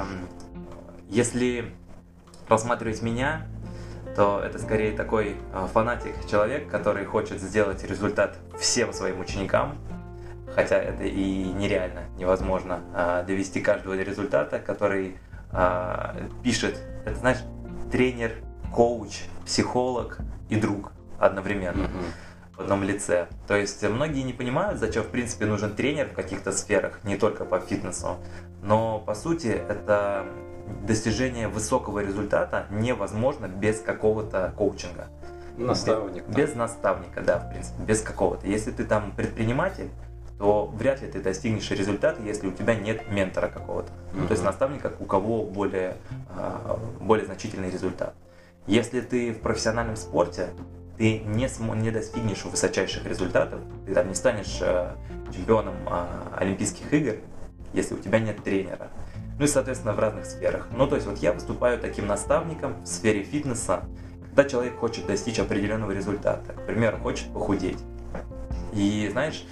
если рассматривать меня, то это скорее такой фанатик, человек, который хочет сделать результат всем своим ученикам, хотя это и нереально, невозможно довести каждого до результата, который пишет, это знаешь, тренер, коуч, психолог и друг одновременно в одном лице. То есть многие не понимают, зачем в принципе нужен тренер в каких-то сферах, не только по фитнесу, но по сути это достижение высокого результата невозможно без какого-то коучинга. Наставник. Без наставника, да, в принципе, без какого-то. Если ты там предприниматель, то вряд ли ты достигнешь результата, если у тебя нет ментора какого-то. Ну, то есть наставника, у кого более значительный результат. Если ты в профессиональном спорте, ты не достигнешь высочайших результатов, ты там не станешь чемпионом Олимпийских игр, если у тебя нет тренера. Ну и, соответственно, в разных сферах. Ну, то есть, вот я выступаю таким наставником в сфере фитнеса, когда человек хочет достичь определенного результата. К примеру, хочет похудеть. И, знаешь,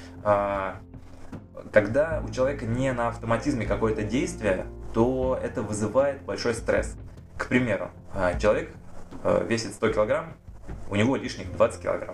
когда у человека не на автоматизме какое-то действие, то это вызывает большой стресс. К примеру, человек весит 100 килограмм, у него лишних 20 килограмм.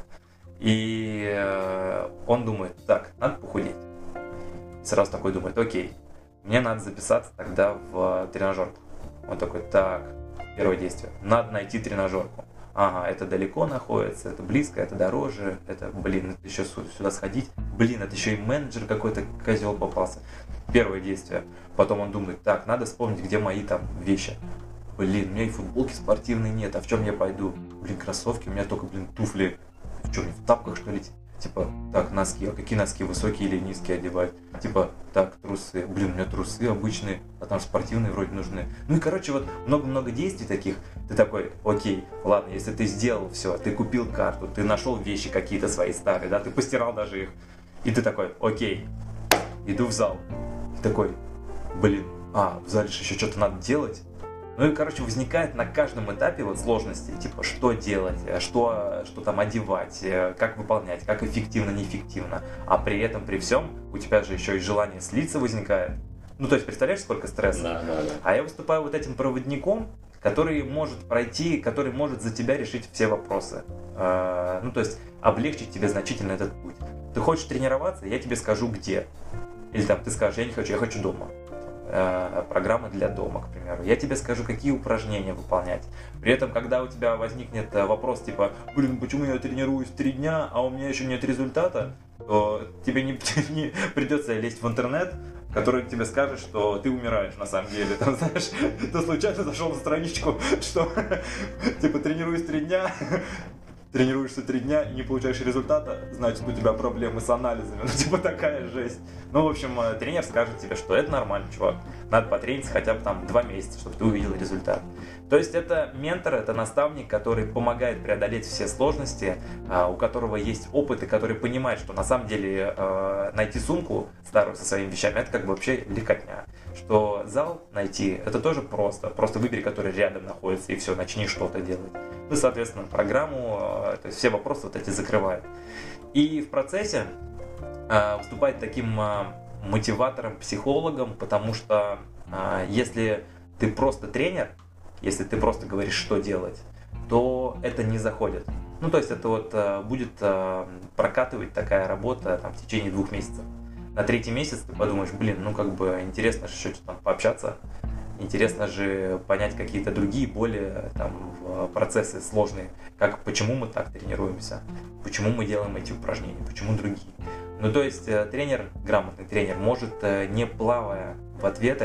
И он думает, так, надо похудеть. Сразу такой думает, окей, мне надо записаться тогда в тренажерку. Он такой, так, первое действие, надо найти тренажерку. Ага, это далеко находится, это близко, это дороже, это, блин, это еще сюда сходить. Блин, это еще и менеджер какой-то козел попался. Первое действие. Потом он думает, так, надо вспомнить, где мои там вещи. Блин, у меня и футболки спортивной нет, а в чем я пойду? Блин, кроссовки, у меня только, блин, туфли. В чем, в тапках, что ли? Типа, так, носки, а какие носки, высокие или низкие одевать? Типа, так, трусы, блин, у меня трусы обычные, а там спортивные вроде нужны. Ну и, короче, вот много-много действий таких. Ты такой, окей, ладно, если ты сделал все, ты купил карту, ты нашел вещи какие-то свои старые, да, ты постирал даже их. И ты такой, окей, иду в зал. И такой, блин, в зале же еще что-то надо делать. Ну и, короче, возникает на каждом этапе вот сложности, типа, что делать, что там одевать, как выполнять, как эффективно, неэффективно. А при этом, при всем, у тебя же еще и желание слиться возникает. Ну, то есть, представляешь, сколько стресса? Да. А я выступаю вот этим проводником, который может пройти, который может за тебя решить все вопросы. Ну, то есть, облегчить тебе значительно этот путь. Ты хочешь тренироваться, я тебе скажу где. Или там ты скажешь, я не хочу, я хочу дома. Программа для дома, к примеру. Я тебе скажу, какие упражнения выполнять. При этом, когда у тебя возникнет вопрос, типа, почему я тренируюсь 3 дня, а у меня еще нет результата, то тебе не придется лезть в интернет, который тебе скажет, что ты умираешь на самом деле. Там, знаешь, ты случайно зашел на страничку, что типа тренируюсь 3 дня, тренируешься 3 дня и не получаешь результата, значит, у тебя проблемы с анализами. Ну, типа такая жесть. Ну, в общем, тренер скажет тебе, что это нормально, чувак. Надо потрениться хотя бы там 2 месяца, чтобы ты увидел результат. То есть это ментор, это наставник, который помогает преодолеть все сложности, у которого есть опыт и который понимает, что на самом деле найти сумку старую со своими вещами, это как бы вообще легкотня. Что зал найти, это тоже просто. Просто выбери, который рядом находится, и все, начни что-то делать. Ну, соответственно, программу, то есть все вопросы вот эти закрывает. И в процессе выступает таким мотиватором, психологом, потому что если ты просто тренер, если ты просто говоришь, что делать, то это не заходит. Ну, то есть это вот будет прокатывать такая работа там, в течение 2 месяцев. На 3-й месяц ты подумаешь, ну как бы интересно же еще там пообщаться, интересно же понять какие-то другие, более там процессы сложные, почему мы так тренируемся, почему мы делаем эти упражнения, почему другие. Ну то есть тренер, грамотный тренер может, не плавая в ответах,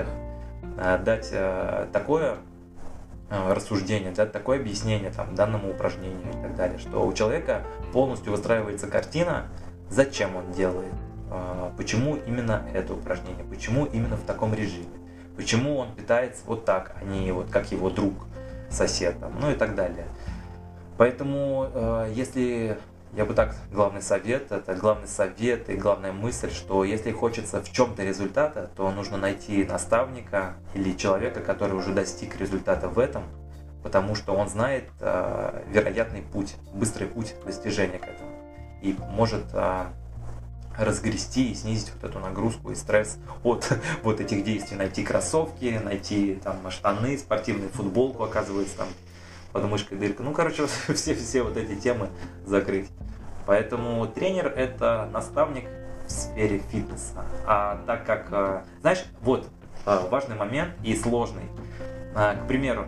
дать такое рассуждение, дать такое объяснение там, данному упражнению и так далее, что у человека полностью выстраивается картина, зачем он делает, почему именно это упражнение, почему именно в таком режиме, почему он питается вот так, а не вот как его друг, сосед, там, ну и так далее. Поэтому, если я бы так, главный совет и главная мысль, что если хочется в чем-то результата, то нужно найти наставника или человека, который уже достиг результата в этом, потому что он знает вероятный путь, быстрый путь достижения к этому и может разгрести и снизить вот эту нагрузку и стресс от вот этих действий. Найти кроссовки, найти там штаны, спортивную футболку, оказывается, там под мышкой дырка. Ну, короче, все вот эти темы закрыть. Поэтому тренер – это наставник в сфере фитнеса. А так как, знаешь, вот важный момент и сложный. К примеру,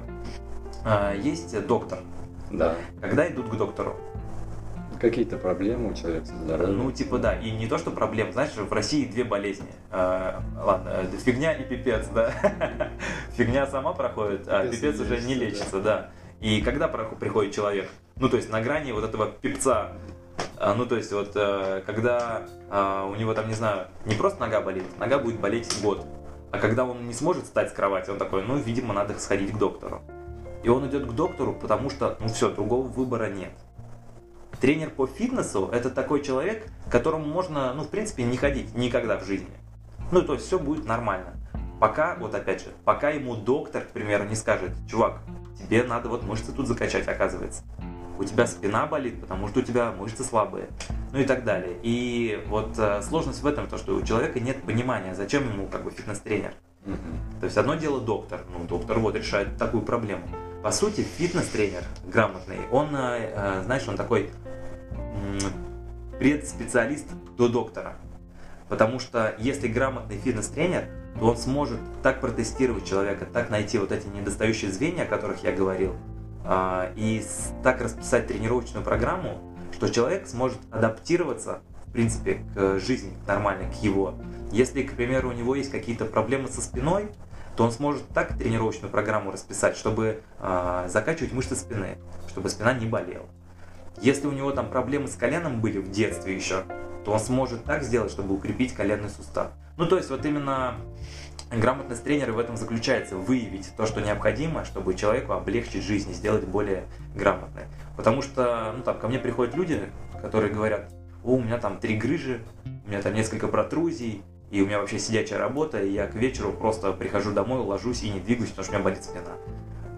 есть доктор. Да. Когда идут к доктору? Какие-то проблемы у человека со здоровьем. Ну, типа, да. И не то, что проблем. Знаешь, в России 2 болезни. Ладно, фигня и пипец, да. Фигня сама проходит, а пипец уже не лечится, да. И когда приходит человек, ну, то есть на грани вот этого пипца, ну, то есть вот, когда у него там, не знаю, не просто нога болит, нога будет болеть год. А когда он не сможет встать с кровати, он такой, ну, видимо, надо сходить к доктору. И он идет к доктору, потому что, ну, все, другого выбора нет. Тренер по фитнесу – это такой человек, к которому можно, ну, в принципе, не ходить никогда в жизни. Ну, то есть все будет нормально. Пока, вот опять же, пока ему доктор, к примеру, не скажет, чувак, тебе надо вот мышцы тут закачать, оказывается. У тебя спина болит, потому что у тебя мышцы слабые. Ну и так далее. И вот сложность в этом, то, что у человека нет понимания, зачем ему как бы фитнес-тренер. То есть одно дело доктор. Ну, доктор вот решает такую проблему. По сути, фитнес-тренер грамотный, он, знаешь, он такой предспециалист до доктора. Потому что если грамотный фитнес-тренер, то он сможет так протестировать человека, так найти вот эти недостающие звенья, о которых я говорил, и так расписать тренировочную программу, что человек сможет адаптироваться, в принципе, к жизни нормальной, к его. Если, к примеру, у него есть какие-то проблемы со спиной, то он сможет так тренировочную программу расписать, чтобы закачивать мышцы спины, чтобы спина не болела. Если у него там проблемы с коленом были в детстве еще, то он сможет так сделать, чтобы укрепить коленный сустав. Ну, то есть вот именно грамотность тренера в этом заключается, выявить то, что необходимо, чтобы человеку облегчить жизнь и сделать более грамотной. Потому что, ну, там, ко мне приходят люди, которые говорят, у меня там 3 грыжи, у меня там несколько протрузий, и у меня вообще сидячая работа, и я к вечеру просто прихожу домой, ложусь и не двигаюсь, потому что у меня болит спина.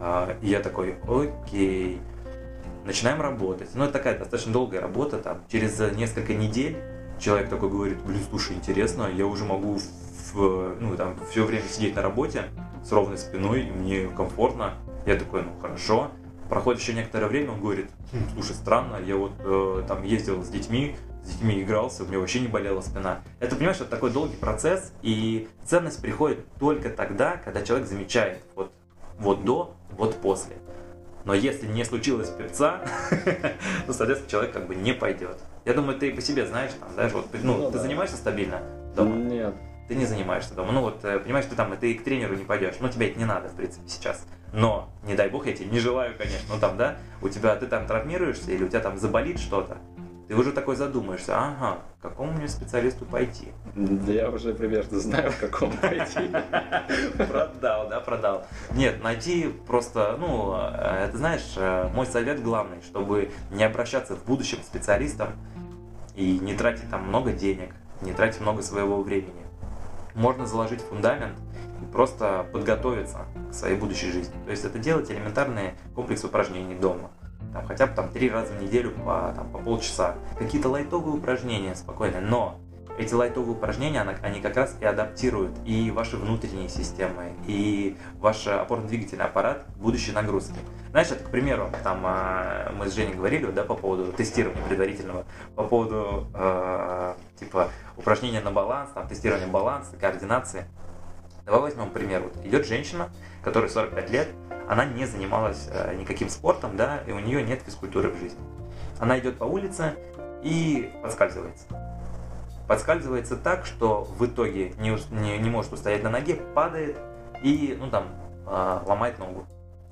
И я такой, окей, начинаем работать. Ну, это такая достаточно долгая работа, там, через несколько недель человек такой говорит, блин, слушай, интересно, я уже могу все время сидеть на работе с ровной спиной, и мне комфортно. Я такой, ну, хорошо. Проходит еще некоторое время, он говорит, слушай, странно, я вот там ездил с детьми игрался, у меня вообще не болела спина. Это, понимаешь, это такой долгий процесс, и ценность приходит только тогда, когда человек замечает вот до, вот после. Но если не случилось певца, то, соответственно, человек как бы не пойдет. Я думаю, ты и по себе знаешь, там, знаешь, вот, ты занимаешься стабильно дома? Нет. Ты не занимаешься дома. Ну вот, понимаешь, ты к тренеру не пойдешь. Ну, тебе это не надо, в принципе, сейчас. Но, не дай бог, я тебе не желаю, конечно. Ну, там, да, ты там травмируешься, или у тебя там заболит что-то. Ты уже такой задумаешься, ага, к какому мне специалисту пойти? Да я уже примерно знаю, к какому пойти. Продал. Нет, найти просто, это знаешь, мой совет главный, чтобы не обращаться в будущем к специалистам и не тратить там много денег, не тратить много своего времени. Можно заложить фундамент и просто подготовиться к своей будущей жизни. То есть это делать элементарные комплексы упражнений дома. Там, хотя бы 3 раза в неделю по полчаса. Какие-то лайтовые упражнения спокойно, но эти лайтовые упражнения, они как раз и адаптируют и ваши внутренние системы, и ваш опорно-двигательный аппарат к будущей нагрузке. Знаешь, это, к примеру, там мы с Женей говорили, да, по поводу тестирования предварительного, по поводу упражнения на баланс, там, тестирования баланса, координации. Давай возьмем пример. Вот идет женщина, которой 45 лет, она не занималась никаким спортом, да, и у нее нет физкультуры в жизни. Она идет по улице и подскальзывается. Подскальзывается так, что в итоге не может устоять на ноге, падает и ломает ногу.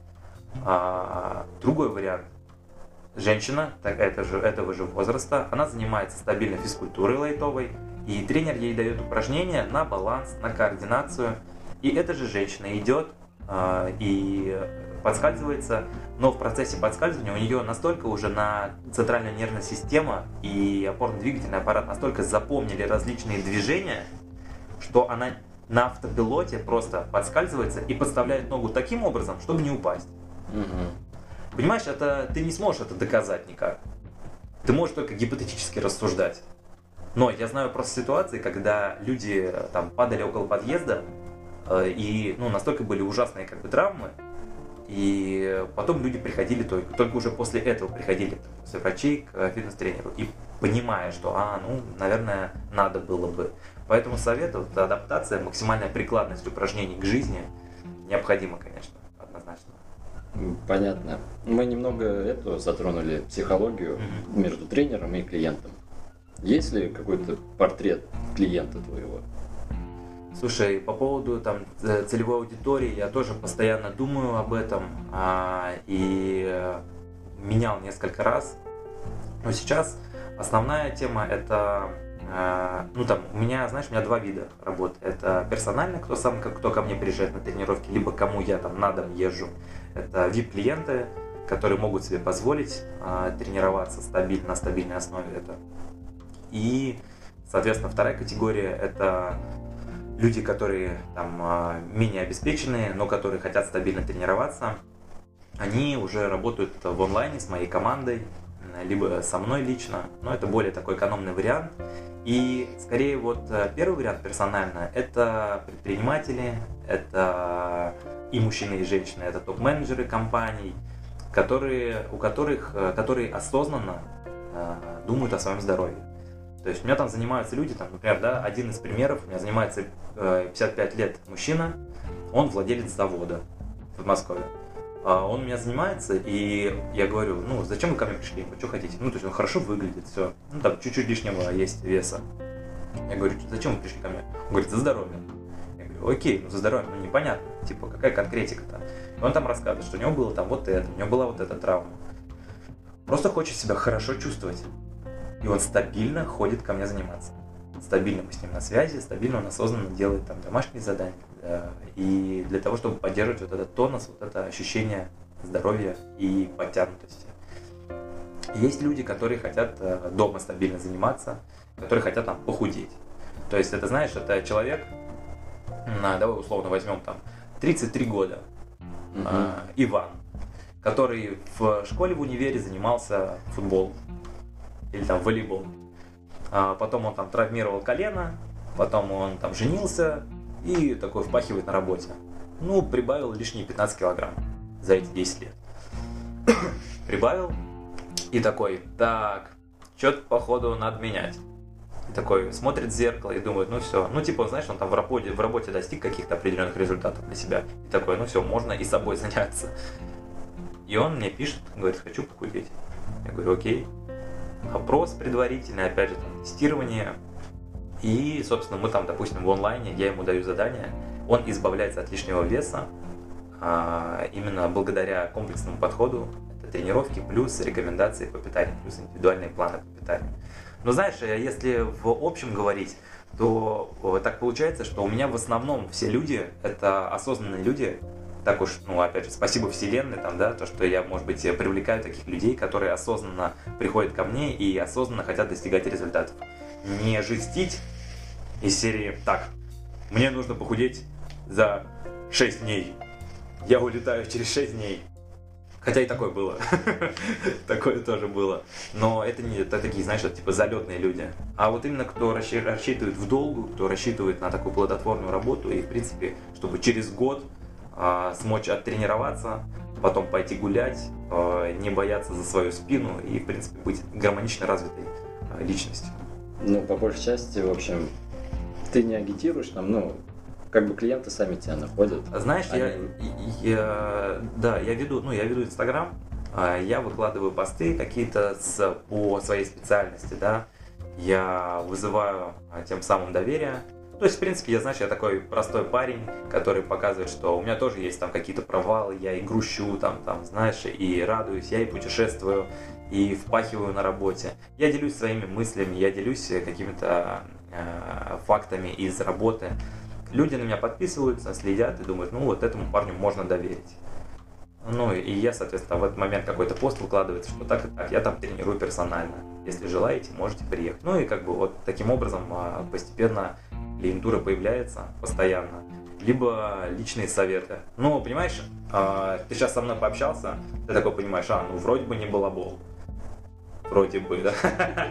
Другой вариант. Женщина этого же возраста, она занимается стабильно физкультурой лайтовой, и тренер ей дает упражнения на баланс, на координацию. И эта же женщина идет и подскальзывается, но в процессе подскальзывания у нее настолько уже центральная нервная система и опорно-двигательный аппарат настолько запомнили различные движения, что она на автопилоте просто подскальзывается и подставляет ногу таким образом, чтобы не упасть. Угу. Понимаешь, ты не сможешь это доказать никак. Ты можешь только гипотетически рассуждать. Но я знаю просто ситуации, когда люди там падали около подъезда, и настолько были ужасные травмы, и потом люди приходили, только уже после этого приходили после врачей к фитнес-тренеру, и понимая, что, наверное, надо было бы. Поэтому совет, адаптация, максимальная прикладность упражнений к жизни необходима, конечно, однозначно. Понятно. Мы немного затронули психологию между тренером и клиентом. Есть ли какой-то портрет клиента твоего? Слушай, по поводу целевой аудитории я тоже постоянно думаю об этом и менял несколько раз. Но сейчас основная тема это, у меня 2 вида работы. Это персонально, кто ко мне приезжает на тренировки, либо кому я на дом езжу. Это VIP-клиенты, которые могут себе позволить тренироваться на стабильной основе. И, соответственно, вторая категория это люди, которые менее обеспеченные, но которые хотят стабильно тренироваться. Они уже работают в онлайне с моей командой, либо со мной лично, но это более такой экономный вариант. И скорее первый вариант персонально это предприниматели, это и мужчины, и женщины, это топ-менеджеры компаний, которые осознанно думают о своем здоровье. То есть у меня занимаются люди, например, один из примеров, у меня занимается 55 лет мужчина, он владелец завода в Подмосковье. Он у меня занимается, и я говорю, зачем вы ко мне пришли, что хотите? То есть он хорошо выглядит, все, чуть-чуть лишнего есть веса. Я говорю, зачем вы пришли ко мне? Он говорит, за здоровье. Я говорю, окей, за здоровье, непонятно, какая конкретика-то? И он рассказывает, что у него было у него была эта травма. Просто хочет себя хорошо чувствовать. И он стабильно ходит ко мне заниматься. Стабильно мы с ним на связи, стабильно он осознанно делает домашние задания. И для того, чтобы поддерживать этот тонус, это ощущение здоровья и подтянутости. Есть люди, которые хотят дома стабильно заниматься, которые хотят похудеть. То есть это человек, давай условно возьмем 33 года. Иван, который в школе, в универе занимался футболом или там волейболом. Потом он там травмировал колено, потом он там женился и такой впахивает на работе. Ну, прибавил лишние 15 килограмм за эти 10 лет. Прибавил и такой, так, что-то походу надо менять. И такой смотрит в зеркало и думает, ну все, ну типа, знаешь, он там в работе достиг каких-то определенных результатов для себя. И такой, ну все, можно и собой заняться. И он мне пишет, говорит, хочу похудеть. Я говорю, окей. Опрос предварительный, опять же, там, тестирование. И, собственно, мы там, допустим, в онлайне, я ему даю задание, он избавляется от лишнего веса, именно благодаря комплексному подходу. Это тренировки плюс рекомендации по питанию, плюс индивидуальные планы по питанию. Но знаешь, если в общем говорить, то так получается, что у меня в основном все люди, это осознанные люди. Так уж, ну, опять же, спасибо Вселенной, там, да, то, что я, может быть, привлекаю таких людей, которые осознанно приходят ко мне и осознанно хотят достигать результатов. Не жестить из серии, так, мне нужно похудеть за 6 дней, я улетаю через 6 дней. Хотя и такое было, такое тоже было. Но это не это такие, знаешь, это типа залетные люди. А вот именно кто рассчитывает в долгу, кто рассчитывает на такую плодотворную работу и, в принципе, чтобы через год смочь оттренироваться, потом пойти гулять, не бояться за свою спину и, в принципе, быть гармонично развитой личностью. Ну, по большей части, в общем, ты не агитируешь там, ну, как бы клиенты сами тебя находят. Знаешь, я веду Инстаграм, я выкладываю посты какие-то по своей специальности, да, я вызываю тем самым доверие. То есть, в принципе, я такой простой парень, который показывает, что у меня тоже есть там какие-то провалы, я и грущу, там, знаешь, и радуюсь, я и путешествую, и впахиваю на работе. Я делюсь своими мыслями, я делюсь какими-то фактами из работы. Люди на меня подписываются, следят и думают, ну вот этому парню можно доверить. Ну и я, соответственно, в этот момент какой-то пост выкладывается, что так и так, я там тренирую персонально. Если желаете, можете приехать. Ну и как бы вот таким образом постепенно клиентура появляется постоянно. Либо личные советы. Ну, понимаешь, ты сейчас со мной пообщался, ты такой понимаешь, ну вроде бы не балабол. Вроде бы, да.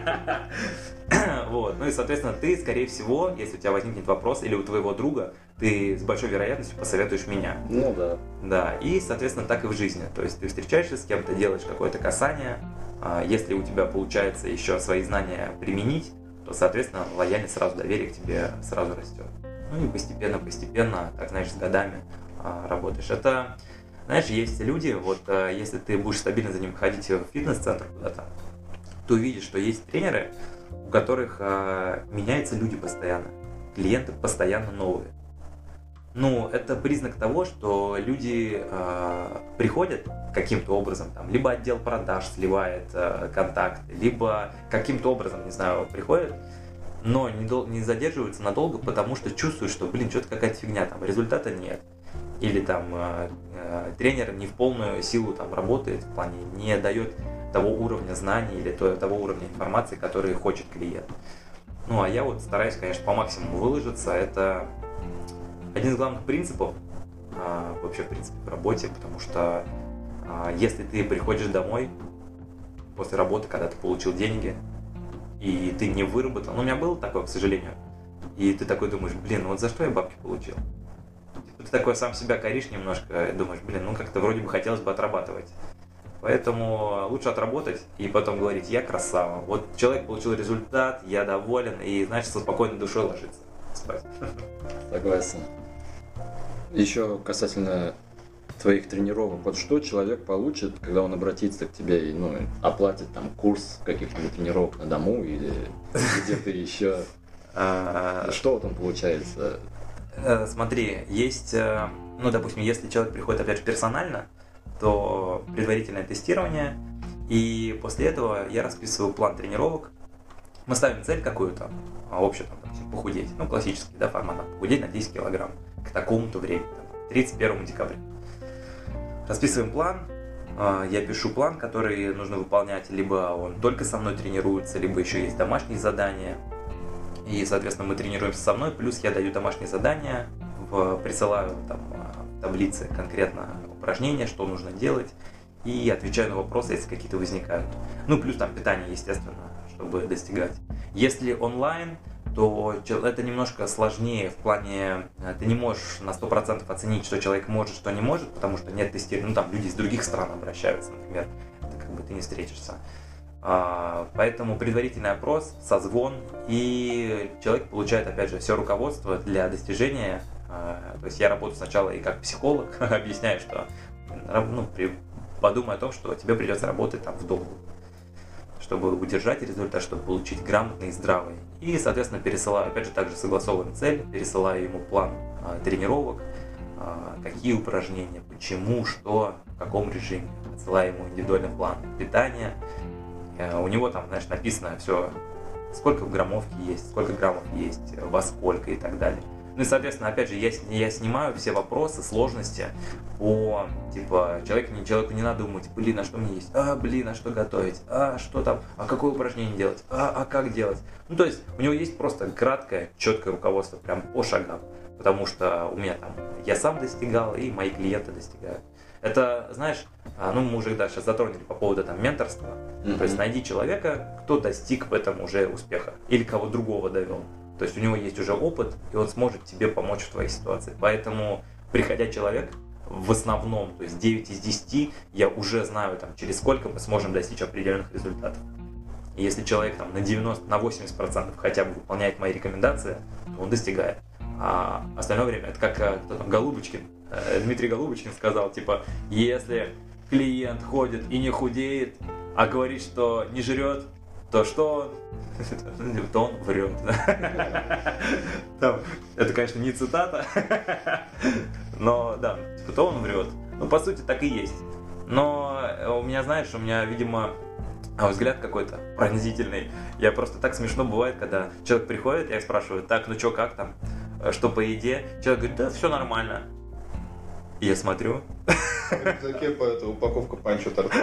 Вот. Ну и, соответственно, ты, скорее всего, если у тебя возникнет вопрос, или у твоего друга, ты с большой вероятностью посоветуешь меня. Ну да. Да, и, соответственно, так и в жизни. То есть ты встречаешься с кем-то, делаешь какое-то касание, если у тебя получается еще свои знания применить, то, соответственно, лояльность сразу, доверие к тебе сразу растет. Ну и постепенно, так, знаешь, с годами работаешь. Это, знаешь, есть люди, вот если ты будешь стабильно за ним ходить в фитнес-центр куда-то, ты увидишь, что есть тренеры, у которых меняются люди постоянно, клиенты постоянно новые. Ну, это признак того, что люди приходят каким-то образом, там, либо отдел продаж сливает контакты, либо каким-то образом, не знаю, приходят, но не задерживаются надолго, потому что чувствуют, что, что-то какая-то фигня, там, результата нет. Или там тренер не в полную силу там работает, в плане не дает того уровня знаний или того уровня информации, который хочет клиент. Ну, а я вот стараюсь, конечно, по максимуму выложиться. Это один из главных принципов вообще, в принципе, в работе, потому что если ты приходишь домой после работы, когда ты получил деньги, и ты не выработал, ну, у меня было такое, к сожалению, и ты такой думаешь, вот за что я бабки получил? Ты такой сам себя коришь немножко, думаешь, как-то вроде бы хотелось бы отрабатывать. Поэтому лучше отработать и потом говорить, я красава. Вот человек получил результат, я доволен, и значит со спокойной душой ложиться спать. Согласен. Еще касательно твоих тренировок, вот что человек получит, когда он обратится к тебе и оплатит там курс каких-нибудь тренировок на дому или где-то еще? Что вот он получается? Смотри, есть, допустим, если человек приходит опять же персонально, то предварительное тестирование, и после этого я расписываю план тренировок. Мы ставим цель какую-то, общую, похудеть, классический, формат, похудеть на 10 килограмм к такому-то времени, 31 декабря. Расписываем план, я пишу план, который нужно выполнять, либо он только со мной тренируется, либо еще есть домашние задания. И, соответственно, мы тренируемся со мной, плюс я даю домашние задания, присылаю таблице конкретно упражнения, что нужно делать, и отвечаю на вопросы, если какие-то возникают. Ну, плюс там питание, естественно, чтобы достигать. Если онлайн, то это немножко сложнее в плане, ты не можешь на 100% оценить, что человек может, что не может, потому что нет тестирования, ну там люди из других стран обращаются, например, это как бы ты не встретишься. Поэтому предварительный опрос, созвон, и человек получает, опять же, все руководство для достижения. То есть я работаю сначала и как психолог, объясняю, что подумай о том, что тебе придется работать там в долгую, чтобы удержать результат, чтобы получить грамотный и здравый. И, соответственно, пересылаю, опять же, также согласовываем цель, пересылаю ему план тренировок, какие упражнения, почему, что, в каком режиме. Отсылаю ему индивидуальный план питания. У него там, знаешь, написано все, сколько в граммовке есть, сколько граммов есть, во сколько и так далее. Ну и, соответственно, опять же, я снимаю все вопросы, сложности по, типа, человеку не надо думать, блин, а что мне есть, а что готовить, что там, какое упражнение делать, как делать. Ну, то есть, у него есть просто краткое, четкое руководство, прям по шагам, потому что у меня там, я сам достигал, и мои клиенты достигают. Это, знаешь, мы уже сейчас затронули по поводу там менторства, то есть, найди человека, кто достиг в этом уже успеха, или кого другого довел. То есть у него есть уже опыт, и он сможет тебе помочь в твоей ситуации. Поэтому, приходя человек, в основном, то есть 9 из 10, я уже знаю, там, через сколько мы сможем достичь определенных результатов. И если человек там, на 90, на 80% хотя бы выполняет мои рекомендации, то он достигает. А остальное время, это как кто там, Голубочкин, Дмитрий Голубочкин сказал, типа, если клиент ходит и не худеет, а говорит, что не жрет, то что? То он врет. Это, конечно, не цитата, но да, то он врет. Ну, по сути, так и есть. Но у меня, знаешь, видимо, взгляд какой-то пронзительный. Я просто так смешно бывает, когда человек приходит, я спрашиваю, так, ну что, как там, что по еде? Человек говорит, да, все нормально. И я смотрю. В рюкзаке упаковка панчо торта.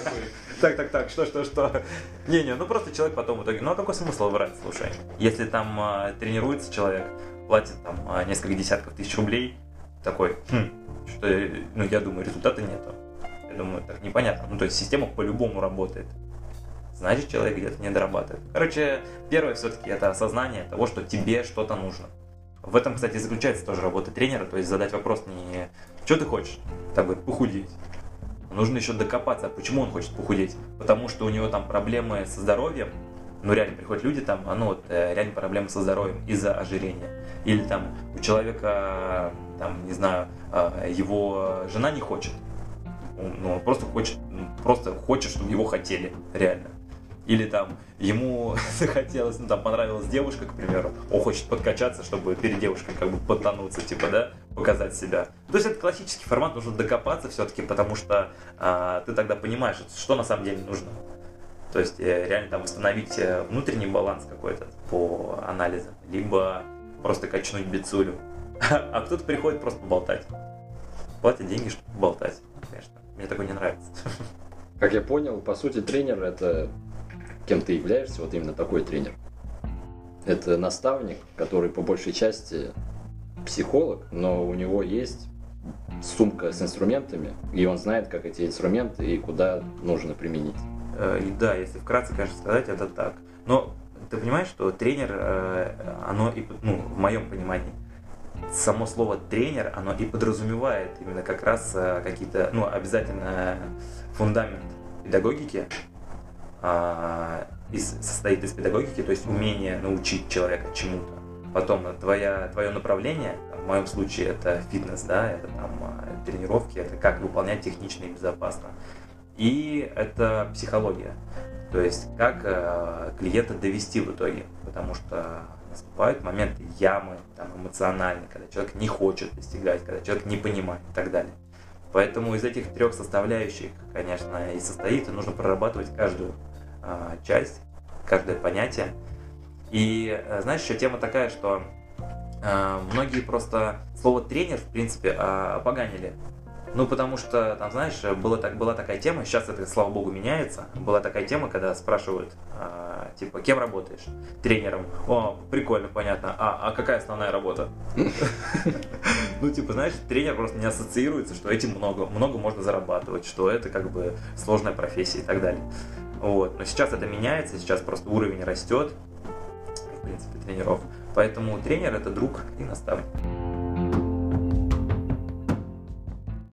Так, что? Не, ну просто человек потом в итоге, ну а какой смысл врать, слушай? Если там тренируется человек, платит там несколько десятков тысяч рублей, такой, что, ну я думаю, результата нету. Я думаю, так непонятно. Ну то есть система по-любому работает. Значит, человек где-то не дорабатывает. Короче, первое все-таки это осознание того, что тебе что-то нужно. В этом, кстати, заключается тоже работа тренера, то есть задать вопрос не «что ты хочешь?» так говорит, похудеть. Нужно еще докопаться, почему он хочет похудеть. Потому что у него там проблемы со здоровьем, ну реально приходят люди там, реально проблемы со здоровьем из-за ожирения. Или там у человека, там, не знаю, его жена не хочет. Он просто хочет, чтобы его хотели, реально. Или там ему захотелось, понравилась девушка, к примеру, он хочет подкачаться, чтобы перед девушкой как бы подтянуться, типа, да, показать себя. То есть это классический формат, нужно докопаться все-таки, потому что ты тогда понимаешь, что на самом деле нужно. То есть реально там восстановить внутренний баланс какой-то по анализам, либо просто качнуть бицулю. А кто-то приходит просто поболтать. Платят деньги, чтобы поболтать, конечно. Мне такое не нравится. Как я понял, по сути, тренер — это кем ты являешься, вот именно такой тренер. Это наставник, который по большей части психолог, но у него есть сумка с инструментами, и он знает, как эти инструменты и куда нужно применить. Да, если вкратце, конечно, сказать, это так. Но ты понимаешь, что тренер, оно и, в моем понимании, само слово тренер, оно и подразумевает именно как раз какие-то, обязательно фундамент педагогики, состоит из педагогики, то есть умение научить человека чему-то. Потом твое направление, в моем случае это фитнес, да, это там тренировки, это как выполнять технично и безопасно. И это психология, то есть как клиента довести в итоге, потому что наступают моменты ямы, там, эмоциональные, когда человек не хочет достигать, когда человек не понимает и так далее. Поэтому из этих трех составляющих, конечно, и состоит, и нужно прорабатывать каждую часть, каждое понятие. И знаешь, еще тема такая, что многие просто слово тренер, в принципе, опоганили. Ну, потому что, там, знаешь, была такая тема, сейчас это, слава богу, меняется. Была такая тема, когда спрашивают, типа, кем работаешь? Тренером. О, прикольно, понятно. А какая основная работа? Ну, типа, знаешь, тренер просто не ассоциируется, что этим много можно зарабатывать, что это как бы сложная профессия и так далее. Вот. Но сейчас это меняется, сейчас просто уровень растет, в принципе, тренеров. Поэтому тренер — это друг и наставник.